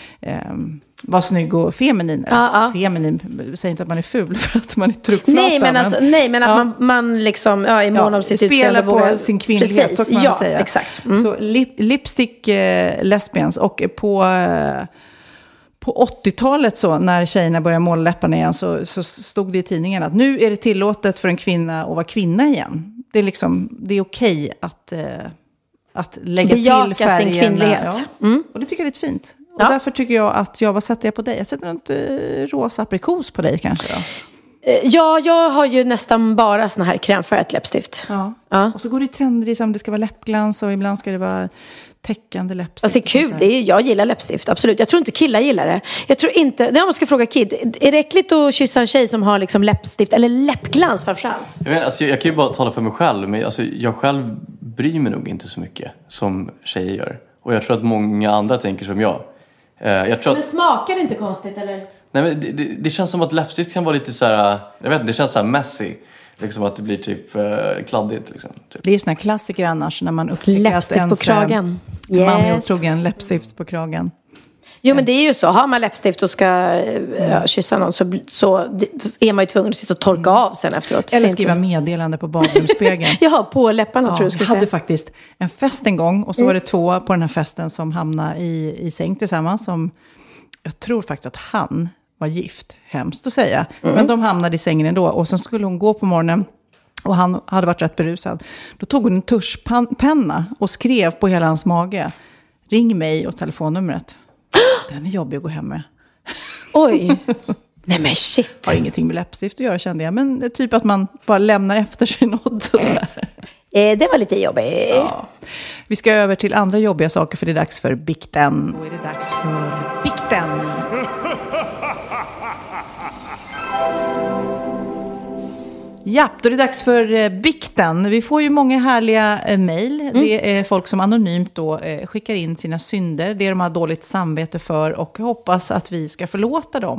vara snygg och feminin. Feminin, säger inte att man är ful för att man är truckflata. Nej, men att man liksom är mån om sitt utseende. Spelar på sin kvinnlighet, så kan man säga. Exakt. Så lipstick lesbians, och på 80-talet så, när tjejerna började måla läpparna igen, så stod det i tidningen att nu är det tillåtet för en kvinna att vara kvinna igen. Det är liksom, det är okej att lägga till färgerna. Sin kvinnlighet. Ja. Och det tycker jag är lite fint. Och därför tycker jag att vad sätter jag på dig? Jag sätter något rosa aprikos på dig kanske då? Ja, jag har ju nästan bara såna här krämfärgat läppstift. Ja. Och så går det i trender om det ska vara läppglans och ibland ska det vara täckande läppstift. Alltså det är kul, jag gillar läppstift, absolut. Jag tror inte killar gillar det. Jag tror inte, jag måste fråga Kid, är det äckligt att kyssa en tjej som har liksom läppstift eller läppglans framförallt? Jag kan ju bara tala för mig själv, men alltså, jag själv bryr mig nog inte så mycket som tjejer gör. Och jag tror att många andra tänker som jag. Men smakar det inte konstigt eller? Nej, men det känns som att läppstift kan vara lite så här, jag vet inte, det känns så här messy. Liksom att det blir typ kladdigt liksom. Typ. Det är ju såna klassiker annars när man upptäcker läppstift på kragen. Man är otrogen, läppstift på kragen. Jo, men det är ju så. Har man läppstift och ska kyssa någon så är man ju tvungen att sitta och torka av sen efteråt. Eller skriva meddelande på badrumsspegeln. Jaha, på läpparna tror jag skulle säga. Jag hade faktiskt en fest en gång och så var det 2 på den här festen som hamnade i säng tillsammans. Som, jag tror faktiskt att han var gift, hemskt att säga. Men de hamnade i sängen ändå och sen skulle hon gå på morgonen. Och han hade varit rätt berusad. Då tog hon en tuschpenna och skrev på hela hans mage: ring mig och telefonnumret. Den är jobbig att gå hem med. Oj. Nej men shit. Har ingenting med läppstift att göra, kände jag. Men typ att man bara lämnar efter sig något sådär. Det var lite jobbigt. Ja. Vi ska över till andra jobbiga saker, för det är dags för bikten. Då är det dags för bikten. Ja, då är det dags för bikten. Vi får ju många härliga mejl. Det är folk som anonymt då skickar in sina synder, det de har dåligt samvete för, och hoppas att vi ska förlåta dem.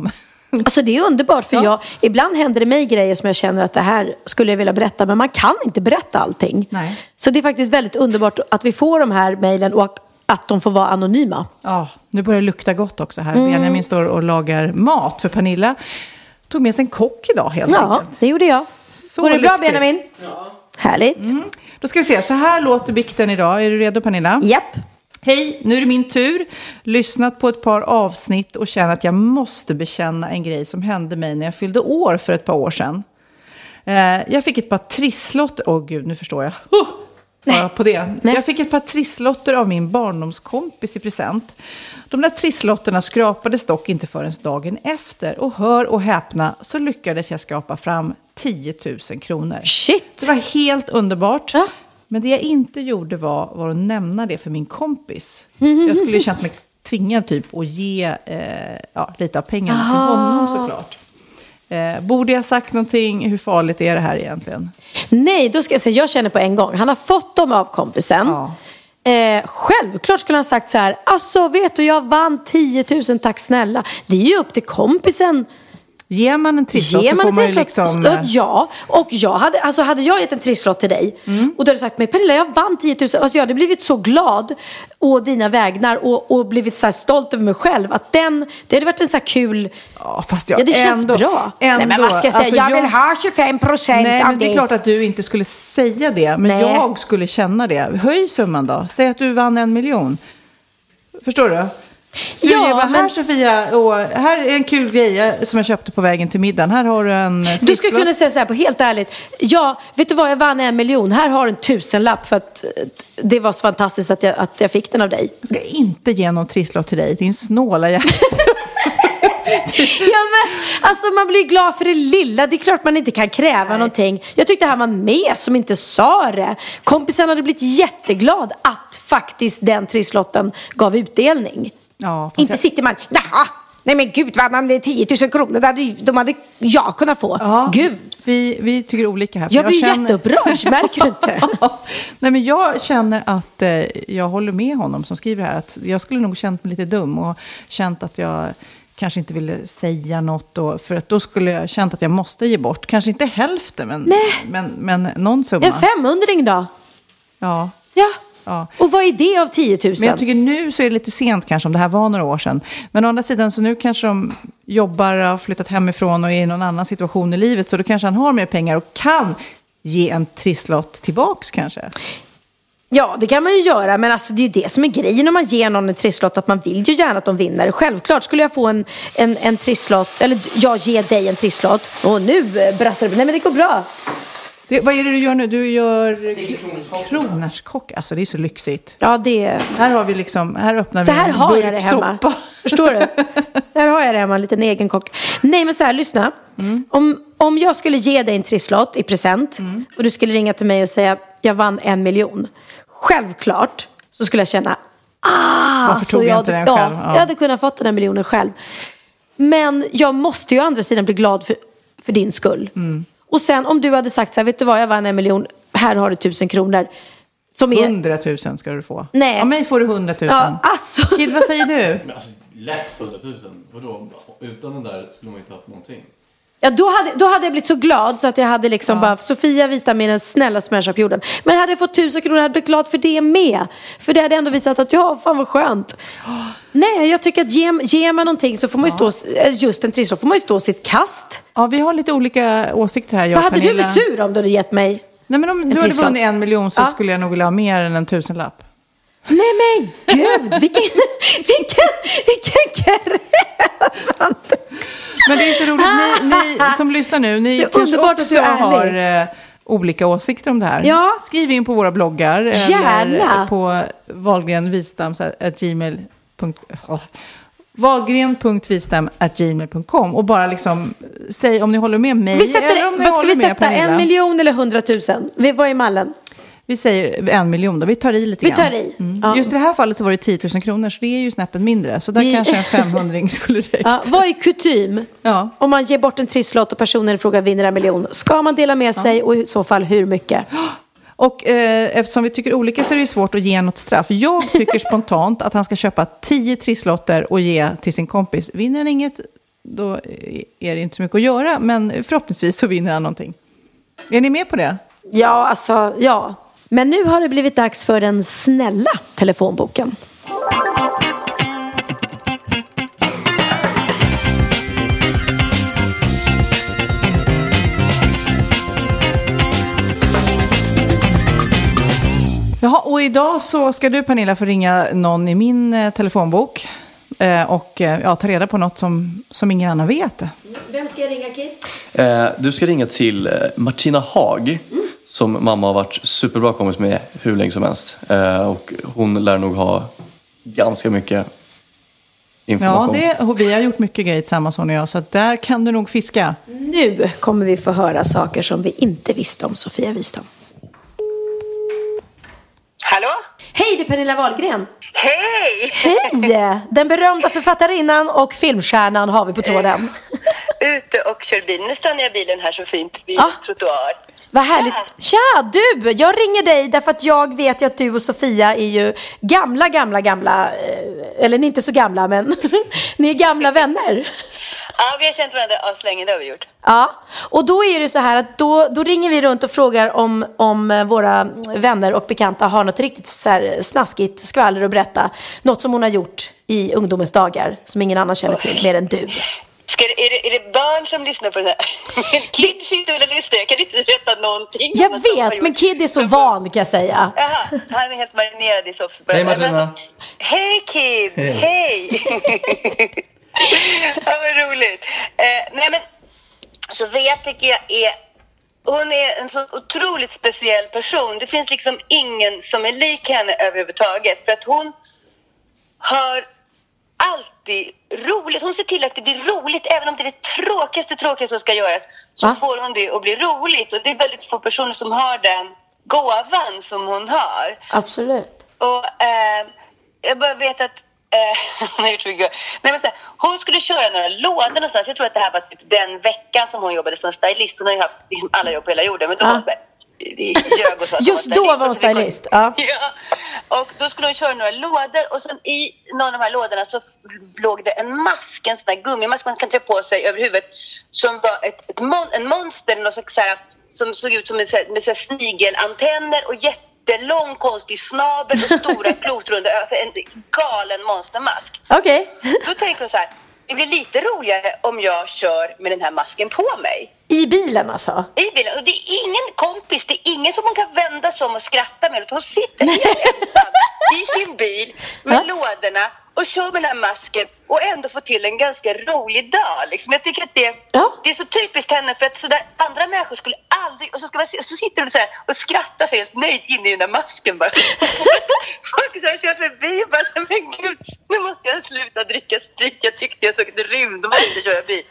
Alltså det är underbart för ibland händer det mig grejer som jag känner att det här skulle jag vilja berätta, men man kan inte berätta allting. Nej. Så det är faktiskt väldigt underbart att vi får de här mejlen och att de får vara anonyma. Ja, nu börjar det lukta gott också här. Benjamin står och lagar mat för Pernilla. Tog med sig en kock idag helt enkelt. Ja, det gjorde jag. Går det bra, Benjamin? Ja. Härligt. Då ska vi se, så här låter bikten idag. Är du redo, Pernilla? Japp. Hej, nu är det min tur. Lyssnat på ett par avsnitt och känner att jag måste bekänna en grej som hände mig när jag fyllde år för ett par år sedan. Jag fick ett par trisslotter. Gud, nu förstår jag. På det. Nej. Jag fick ett par trisslotter av min barndomskompis i present. De där trisslotterna skrapades dock inte förrän dagen efter. Och hör och häpna så lyckades jag skrapa fram 10 000 kronor. Shit! Det var helt underbart. Ja. Men det jag inte gjorde var att nämna det för min kompis. Jag skulle ju känt mig tvingad typ att ge lite av pengarna till honom såklart. Borde jag sagt någonting? Hur farligt är det här egentligen? Nej, då ska jag säga, jag känner på en gång. Han har fått dem av kompisen. Ja. Självklart skulle han sagt så här: alltså vet du, jag vann 10 000, tack snälla. Det är ju upp till kompisen. Ger man en trisslott så får man ju liksom... Ja, och hade jag gett en trisslott till dig och du hade sagt mig, Pernilla, jag vann 10 000. Alltså jag hade blivit så glad å dina vägnar och blivit så här stolt över mig själv. Att det hade varit en så här kul... Ja, fast det känns bra. Nej, men vad ska jag säga? Alltså, jag vill ha 25% av det. Nej, men det är klart att du inte skulle säga det. Men jag skulle känna det. Höj summan då. Säg att du vann 1 miljon. Förstår du? Här Sofia, och här är en kul grej som jag köpte på vägen till middagen. Här har du en trisslott. Du skulle kunna säga så här på helt ärligt: ja, vet du vad, jag vann 1 miljon. Här har du en 1000-lapp för att det var så fantastiskt att jag fick den av dig. Jag ska inte ge någon trisslott till dig, din snåla jävla. Ja, men alltså man blir glad för det lilla. Det är klart man inte kan kräva någonting. Jag tyckte han var med som inte sa det. Kompisen hade blivit jätteglad att faktiskt den trisslotten gav utdelning. Ja, inte sitter man, nej men gud, vad han 10 000 kronor, de hade jag kunnat få. Ja, gud. Vi tycker olika här. Jag blir jätteupprörd, märker du inte? Nej, men jag känner att jag håller med honom som skriver här. Att jag skulle nog känt mig lite dum och känt att jag kanske inte ville säga något. För att då skulle jag känt att jag måste ge bort. Kanske inte hälften, men någon summa. En 500-ring då? Ja. Ja. Och vad är det av 10 000? Men jag tycker nu så är det lite sent kanske, om det här var några år sedan. Men å andra sidan så nu kanske de jobbar och har flyttat hemifrån och är i någon annan situation i livet. Så då kanske han har mer pengar och kan ge en trisslott tillbaks kanske. Ja, det kan man ju göra, men alltså det är ju det som är grejen när man ger någon en trisslott, att man vill ju gärna att de vinner. Självklart skulle jag få en trisslott, eller jag ger dig en trisslott. Och nu brastar det. Nej, men det går bra. Vad är det du gör nu? Du gör kronärtskock. Alltså det är så lyxigt. Ja, det... Här har vi liksom, här öppnar så vi här en har jag det hemma. Soppa. Förstår du? Så här har jag det hemma, en liten egen kock. Nej, men så här, lyssna. Om jag skulle ge dig en trisslott i present och du skulle ringa till mig och säga jag vann 1 miljon. Självklart så skulle jag känna varför tog jag inte den själv? Ja. Jag hade kunnat fått den här miljonen själv. Men jag måste ju å andra sidan bli glad för din skull. Och sen om du hade sagt så här, vet du vad, jag vann 1 miljon, här har du 1000 kronor. Som är... 100 000 ska du få. Nej. Av mig får du 100 000. Ja, alltså. Kid, vad säger du? Men alltså, lätt 100 000. Vadå? Utan den där skulle man inte haft någonting. Ja, då hade jag blivit så glad så att jag hade liksom bara, Sofia visade mig den snällaste människa på jorden. Men hade jag fått 1000 kronor hade jag blivit glad för det med. För det hade ändå visat att fan vad skönt. Nej, jag tycker att ger man någonting så får man ju stå, just en trisslott får man ju stå sitt kast. Ja, vi har lite olika åsikter här. Vad hade du blivit sur om du hade gett mig? Nej, men om du hade vunnit 1 miljon så skulle jag nog vilja ha mer än en 1000-lapp. Nej men gud, vilken gränsant. Men det är så roligt, ni som lyssnar nu, ni kanske också har olika åsikter om det här. Ja. Skriv in på våra bloggar. Gärna. Eller på wahlgren.vistam@gmail.com och bara liksom säg om ni håller med mig. Vad ska vi sätta? 1 miljon eller 100 000? Vad är mallen? Vi säger 1 miljon då, vi tar i lite grann. Vi tar i. Ja. Just i det här fallet så var det 10 000 kronor, så det är ju snäppet mindre. Så där kanske en 500 skulle räcka. Ja, vad är kutym? Ja. Om man ger bort en trisslott och personen frågar vinner 1 miljon. Ska man dela med sig och i så fall hur mycket? Och eftersom vi tycker olika så är det svårt att ge något straff. Jag tycker spontant att han ska köpa 10 trisslotter och ge till sin kompis. Vinner han inget då är det inte så mycket att göra. Men förhoppningsvis så vinner han någonting. Är ni med på det? Ja, alltså, ja. Men nu har det blivit dags för den snälla telefonboken. Jaha, och idag så ska du, Pernilla, få ringa någon i min telefonbok och ta reda på något som ingen annan vet. Vem ska jag ringa, Kit? Du ska ringa till Martina Haag, som mamma har varit superbra kompis med hur länge som helst. Och hon lär nog ha ganska mycket information. Ja, vi har gjort mycket grejer tillsammans, hon och jag, så att där kan du nog fiska. Nu kommer vi få höra saker som vi inte visste om Sofia Wistam. Hallå? Hej, det är Pernilla Wahlgren. Hej! Hej! Den berömda författarinnan och filmstjärnan har vi på tråden. Ute och kör bil. Nu stannar jag bilen här så fint vid trottoar. Vad härligt. Tja, du! Jag ringer dig därför att jag vet ju att du och Sofia är ju gamla, eller ni är inte så gamla, men ni är gamla vänner. Ja, vi har känt varandra aslänge, det har vi gjort. Ja, och då är det så här att då ringer vi runt och frågar om våra vänner och bekanta har något riktigt så här snaskigt skvaller att berätta. Något som hon har gjort i ungdomens dagar som ingen annan känner till mer än du. Är det barn som lyssnar på det här? Kid sitter väl och lyssnar, jag kan inte berätta någonting. Jag vet, men Kid är så van, kan jag säga. Jaha, han är helt marinerad i soffan. Hej Martina. Hej Kid, hej. Ja, vad roligt. Nej men, Sofia tycker jag hon är en så otroligt speciell person. Det finns liksom ingen som är lik henne överhuvudtaget. För att hon har alltid roligt. Hon ser till att det blir roligt. Även om det är det tråkigaste som ska göras, så får hon det att bli roligt. Och det är väldigt få personer som har den gåvan som hon har. Absolut. Och jag bara vet att hon skulle köra några lådor någonstans. Jag tror att det här var typ den veckan som hon jobbade som stylist. Hon har ju haft liksom alla jobb på hela jorden. Men då var ljög och så. Just då var hon stylist. Ja. Och då skulle hon köra några lådor. Och sen i någon av de här lådorna så låg det en mask. En sån där gummimask man kan trä på sig över huvudet. Som var en monster. Något slags, så här, som såg ut som med snigelantenner och jättelång konstig snabel och stora klotrunda, alltså en galen monstermask. Okej. Då tänker hon så här: det blir lite roligare om jag kör med den här masken på mig. I bilen alltså? I bilen. Och det är ingen kompis, det är ingen som hon kan vända sig om och skratta med. Hon sitter helt ensam i sin bil med lådorna och kör med den här masken och ändå får till en ganska rolig dag. Liksom. Jag tycker att det är så typiskt henne, för att så där, andra människor skulle aldrig... Och så sitter hon så här och skrattar sig helt nöjd inne i den där masken bara. Folk så här kör förbi och bara, men gud, nu måste jag sluta dricka sprit. Jag tyckte jag såg ett rymd och måste köra bil.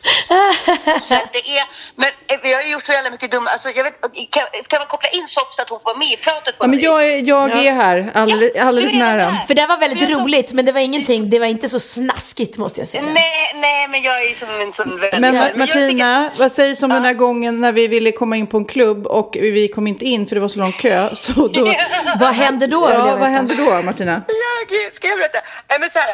Så att det är... Men vi har ju gjort så jävla mycket dumma... Alltså, jag vet, kan man koppla in Sof så att hon får med i pratet på men jag är här, alldeles nära. För det var väldigt roligt, men det var ingenting, det var inte så snaskigt, måste jag säga. Nej, men jag är som en sån vän. Men Martina, vad sägs om den här gången när vi ville komma in på en klubb och vi kom inte in för det var så lång kö. Så då... Vad hände då? Vad hände då, Martina? Ja, gud, ska jag berätta? Men så här,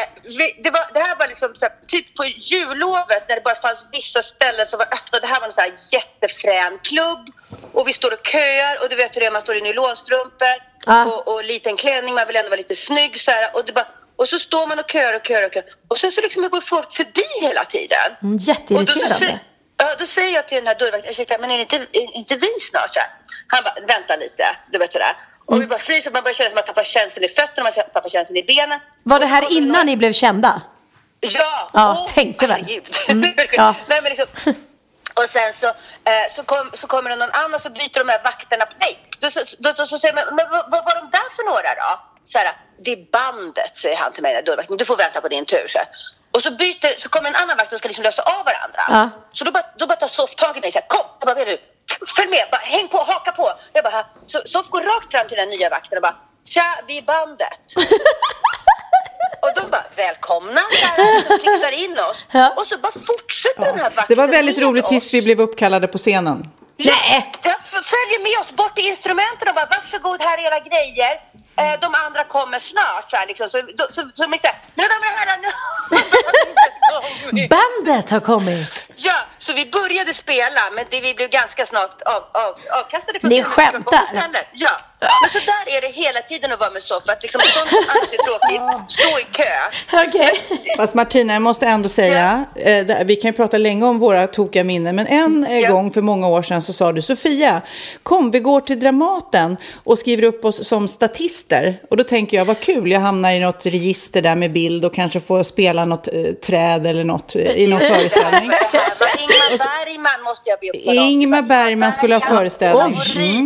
det här var liksom så här, typ på jullovet när det bara fanns vissa ställen som var öppna. Det här var en så här jättefrän klubb och vi står och köar och du vet hur det är, man står i nylonstrumpor och liten klänning, man vill ändå vara lite snygg så här, och det bara... Och så står man och kör. Och sen så liksom går folk förbi hela tiden. Jätteirriterande. Då säger jag till den här dörrvakten, men är inte vi snart? Så här. Han bara, vänta lite, du vet sådär. Och vi bara fryser, man börjar känna som att tappar känslan i fötterna, man tappar känslan i benen. Var det här innan ni blev kända? Ja, tänkte väl. Nej, men liksom... Och sen så kommer det någon annan, så byter de här vakterna. Nej, så säger man, men vad var de där för några då? Så här, det är bandet, säger han till mig, dörrvakten. Du får vänta på din tur. Så här. Och så kommer en annan vakt och ska liksom lösa av varandra. Så då bara tar Sof tag i mig och säger, kom, jag bara, vet du, följ med, bara, häng på, haka på. Jag bara, så Sof går rakt fram till den nya vakten och bara, tja, vi är bandet. Och de bara, välkomna, så tixar in oss. Och så bara fortsätter den här vakten. Det var väldigt roligt tills vi blev uppkallade på scenen. Nej! Jag följer med oss bort till instrumenten och bara, varsågod, här är era grejer. de andra kommer snart. Så här, liksom. Så men mina damer och herrar, nu bandet har kommit. Ja, så vi började spela, men vi blev ganska snart avkastade. Ni skämtar? Ja, men så där är det hela tiden att vara med så. För att liksom, sånt som annars är tråkigt, stå i kö. Okej. Fast Martina, jag måste ändå säga, vi kan ju prata länge om våra tokiga minnen, men en gång för många år sedan så sa du, Sofia, kom vi går till Dramaten och skriver upp oss som statister. Och då tänker jag, vad kul, jag hamnar i något register där med bild och kanske får spela något träd eller något i någon föreställning. Ingmar Bergman måste jag be upp till. Ingmar Bergman skulle ha föreställning.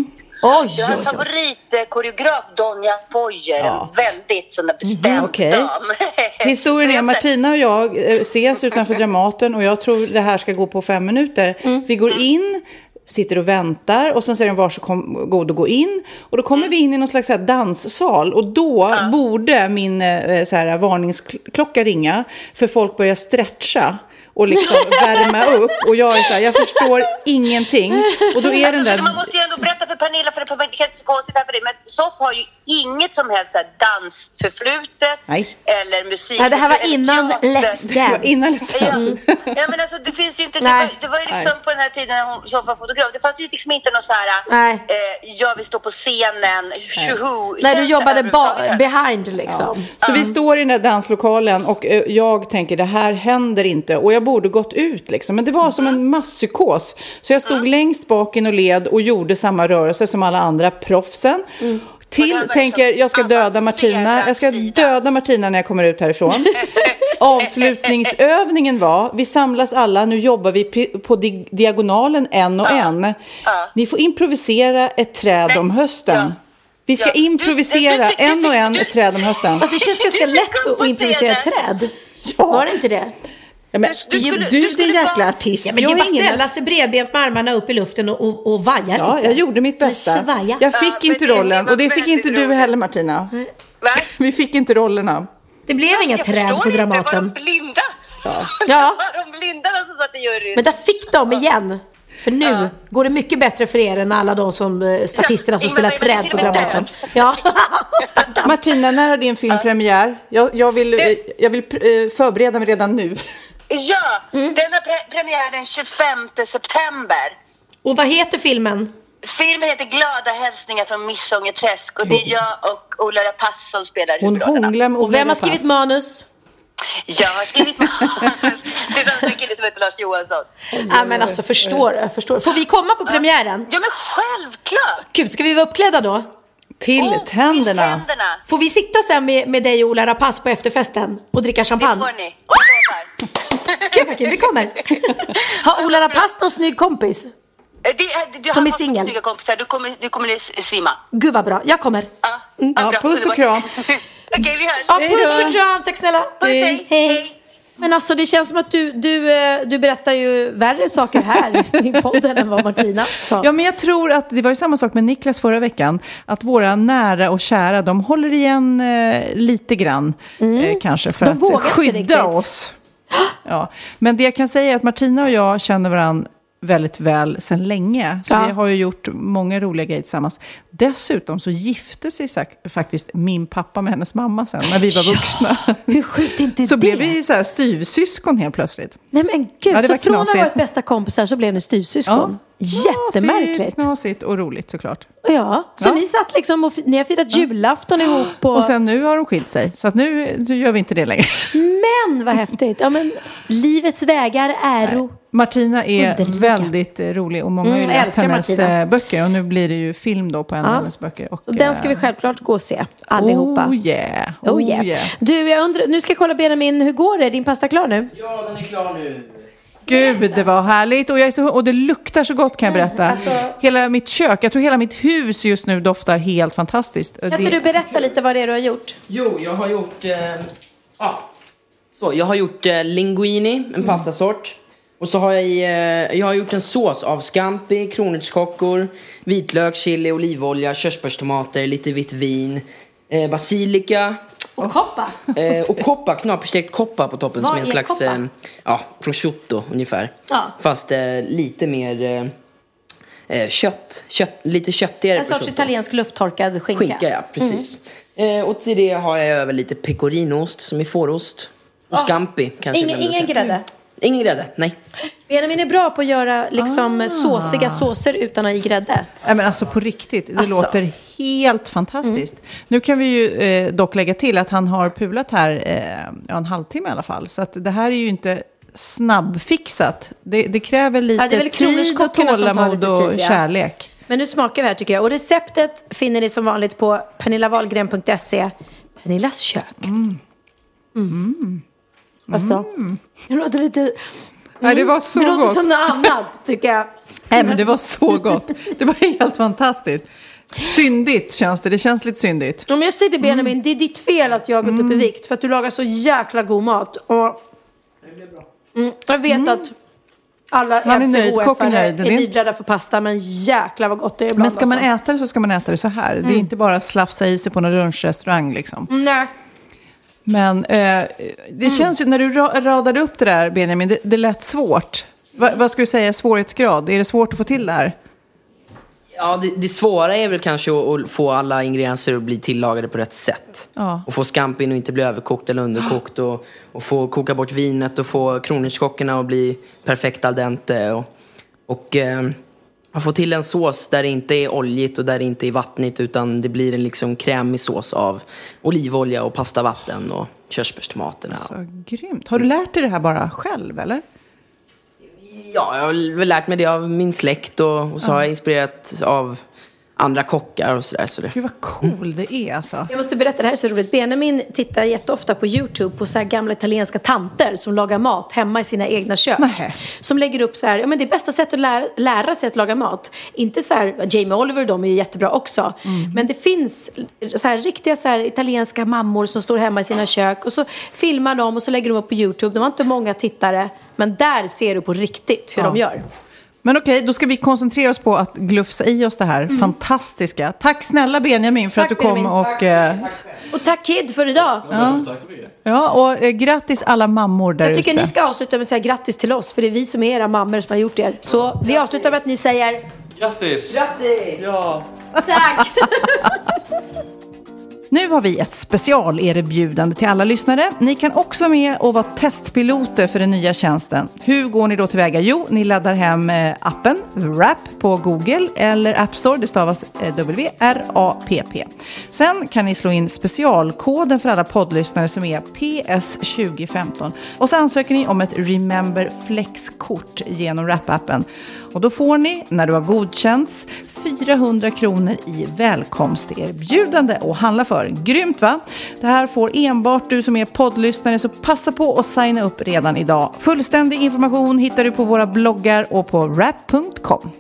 Jag har en favoritkoreograf, Donja Foyer, en väldigt sån där bestämd dam. Historien är, Martina och jag ses utanför Dramaten och jag tror det här ska gå på 5 minuter. Vi går in, sitter och väntar och sen säger de varsågod att gå in. Och då kommer vi in i någon slags danssal och då borde min varningsklocka ringa för folk börjar stretcha och liksom värma upp. Och jag är så här, jag förstår ingenting. Och då är den där... Man måste ju ändå berätta för Pernilla, för det är så konstigt här för det. Men Soff har ju inget som helst dansförflutet eller musik. Ja, det här var innan Let's Dance. Innan Let's Dance. Ja, men alltså det finns ju inte... Det var ju liksom på den här tiden när Soff var fotograf. Det fanns ju liksom inte någon så här... jag vill stå på scenen. Nej, du jobbade behind liksom. Ja. Så vi står i den där danslokalen och jag tänker, det här händer inte. Och jag borde gått ut liksom. Men det var som en masspsykos. Så jag stod längst bak in och led och gjorde samma rörelse som alla andra proffsen. Tänker, jag ska döda Martina. Jag ska döda Martina när jag kommer ut härifrån. Avslutningsövningen var, vi samlas alla, nu jobbar vi på diagonalen en och en. Ni får improvisera ett träd om hösten. Vi ska improvisera en och en ett träd om hösten. Fast det känns ganska lätt att improvisera ett träd. Var det inte det? Ja, men, du är en jäkla artist. Ja, men det är bara ställa sig bredbent med armarna upp i luften och vaja lite. Ja, jag gjorde mitt bästa. Jag fick inte rollen. Och det fick inte du heller, Martina. Vi fick inte rollerna. Det blev inga träd på Dramaten. Var de blinda? Ja. Var de blinda som satt i juryn? Men där fick de igen. För nu går det mycket bättre för er än alla de som statisterna som spelar träd på Dramaten. Ja. Martina, när har din film premiär? Jag vill förbereda mig redan nu. Ja, den har premiär den 25 september. Och vad heter filmen? Filmen heter Glada hälsningar från Missångerträsk. Och det är jag och Ola Rapace som spelar huvudrollerna. Och vem har skrivit manus? Jag har skrivit manus. Det är en kille som heter Lars Johansson. Ja, men alltså förstår. Får vi komma på premiären? Ja, men självklart. Gud, ska vi vara uppklädda då? Till tänderna. Får vi sitta sen med dig och Ola Rapace på efterfesten och dricka champagne? Det får ni, jag lovar. Gud vad kul, vi kommer. Har Ola Rapace någon snygg kompis? Som är singel? Du kommer svimma. Gud vad bra, jag kommer. Ja, puss och kram. Okej, vi hörs. Ja, puss och kram, tack snälla. Hej. Men alltså det känns som att du berättar ju värre saker här i podden än vad Martina sa. Ja, men jag tror att det var ju samma sak med Niklas förra veckan. Att våra nära och kära, de håller igen lite grann. Kanske för att skydda oss. Ja. Men det jag kan säga är att Martina och jag känner varandra väldigt väl sedan länge. Så vi har ju gjort många roliga grejer tillsammans. Dessutom så gifte sig faktiskt min pappa med hennes mamma sen när vi var vuxna. Hur sjukt inte så det? blev vi så här styvsyskon helt plötsligt. Nej men gud, så från att ha varit bästa kompisar så blev ni styvsyskon. Jättemärkligt. Knasigt och roligt såklart. Ja, så ni satt liksom och ni har firat julafton ihop. Och sen nu har de skilt sig. Så att nu gör vi inte det längre. Men vad häftigt. Ja, men livets vägar är Martina är väldigt rolig och många har ju läst hennes böcker. Och nu blir det ju film då på en av hennes böcker. Och, så den ska vi självklart gå och se allihopa. Oh yeah. Du, jag undrar, nu ska jag kolla Benjamin, hur går det? Din pasta klar nu? Ja, den är klar nu. Gud, det var härligt och det luktar så gott kan jag berätta. Hela mitt kök, jag tror hela mitt hus just nu doftar helt fantastiskt. Kan inte du berätta lite vad det är du har gjort? Jo, jag har gjort jag har gjort linguini, en pastasort. Och så har jag har gjort en sås av scampi, kronärtskockor, vitlök, chili, olivolja, körsbärstomater, lite vitt vin, basilika. Och koppa. Och koppa, knaperstekt koppa på toppen. Vad som en slags prosciutto ungefär. Ja. Fast lite mer kött, lite köttigare. En sorts italiensk lufttorkad skinka. Skinka, ja, precis. Och till det har jag över lite pecorinost som är fårost. Och scampi kanske. Ingen grädde? Ingen grädde, nej. Benjamin är bra på att göra liksom såsiga såser utan att ha i grädde. Nej, men alltså på riktigt, det låter helt fantastiskt. Nu kan vi ju dock lägga till att han har pulat här en halvtimme i alla fall. Så att det här är ju inte snabbfixat. Det kräver lite tid och tålamod och kärlek. Men nu smakar vi här tycker jag. Och receptet finner ni som vanligt på pernillawahlgren.se. Pernillas kök. Alltså, det låter lite... Nej, det var så det gott. låter som något annat, tycker jag. Nej, men det var så gott. Det var helt fantastiskt. Syndigt känns det. Det känns lite syndigt. Om jag säger till Benjamin, det är ditt fel att jag har gått upp i vikt. För att du lagar så jäkla god mat. Och jag vet att alla FCHF-are är livrädda för pasta. Men jäkla vad gott det är ibland. Men ska man äta det så ska man äta det så här. Det är inte bara slafsa i sig på någon lunchrestaurang liksom. Nej. Men det känns ju, när du radade upp det där, Benjamin, det lät svårt. Vad ska du säga, svårighetsgrad? Är det svårt att få till det här? Ja, det svåra är väl kanske att få alla ingredienser att bli tillagade på rätt sätt. Ja. Och få scampin och inte bli överkokt eller underkokt. Och få koka bort vinet och få kronärtskockorna att bli perfekt al dente. Och få till en sås där det inte är oljigt och där det inte är vattnigt, utan det blir en liksom krämig sås av olivolja och pastavatten och körsbärstomaterna. Så grymt. Har du lärt dig det här bara själv, eller? Ja, jag har väl lärt mig det av min släkt och så har jag inspirerat av andra kockar och sådär. Så det. Gud vad cool det är alltså. Jag måste berätta, det här är så roligt. Benjamin tittar jätteofta på YouTube på så här gamla italienska tanter som lagar mat hemma i sina egna kök. Nähe. Som lägger upp så här, ja men det är bästa sättet att lära sig att laga mat. Inte så här, Jamie Oliver, de är ju jättebra också. Men det finns så här riktiga så här italienska mammor som står hemma i sina kök och så filmar de och så lägger de upp på YouTube. De har inte många tittare, men där ser du på riktigt hur de gör. Men okej, då ska vi koncentrera oss på att glufsa i oss det här fantastiska. Tack snälla Benjamin för att du kom. Och tack Kid för idag. Ja, och grattis alla mammor där ute. Jag tycker ni ska avsluta med att säga grattis till oss. För det är vi som är era mammor som har gjort er. Så vi avslutar med att ni säger grattis! Grattis! Ja. Tack! Nu har vi ett specialerbjudande till alla lyssnare. Ni kan också vara med och vara testpiloter för den nya tjänsten. Hur går ni då tillväga? Jo, ni laddar hem appen Wrap på Google eller App Store. Det stavas WRAPP. Sen kan ni slå in specialkoden för alla poddlyssnare som är PS2015. Och så ansöker ni om ett Remember Flex-kort genom Wrap-appen. Och då får ni, när du har godkänts, 400 kronor i välkomsterbjudande och handla för. Grymt va? Det här får enbart du som är poddlyssnare, så passa på att signa upp redan idag. Fullständig information hittar du på våra bloggar och på wrap.com.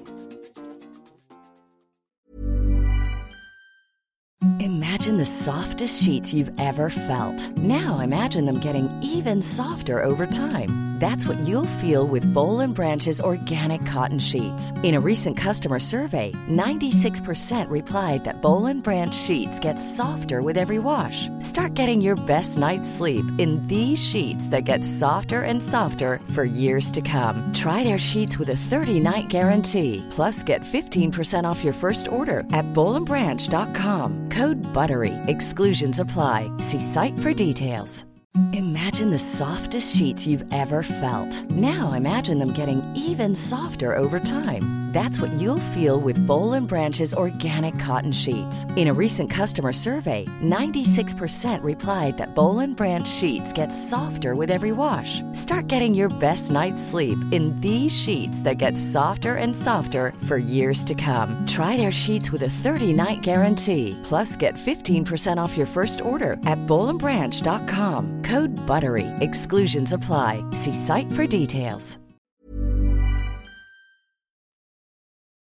Imagine the softest sheets you've ever felt. Now imagine them getting even softer over time. That's what you'll feel with Boll & Branch's organic cotton sheets. In a recent customer survey, 96% replied that Boll & Branch sheets get softer with every wash. Start getting your best night's sleep in these sheets that get softer and softer for years to come. Try their sheets with a 30-night guarantee. Plus, get 15% off your first order at bollandbranch.com. Code BUTTERY. Exclusions apply. See site for details. Imagine the softest sheets you've ever felt. Now imagine them getting even softer over time. That's what you'll feel with Boll & Branch's organic cotton sheets. In a recent customer survey, 96% replied that Boll & Branch sheets get softer with every wash. Start getting your best night's sleep in these sheets that get softer and softer for years to come. Try their sheets with a 30-night guarantee. Plus, get 15% off your first order at bollandbranch.com. Code BUTTERY. Exclusions apply. See site for details.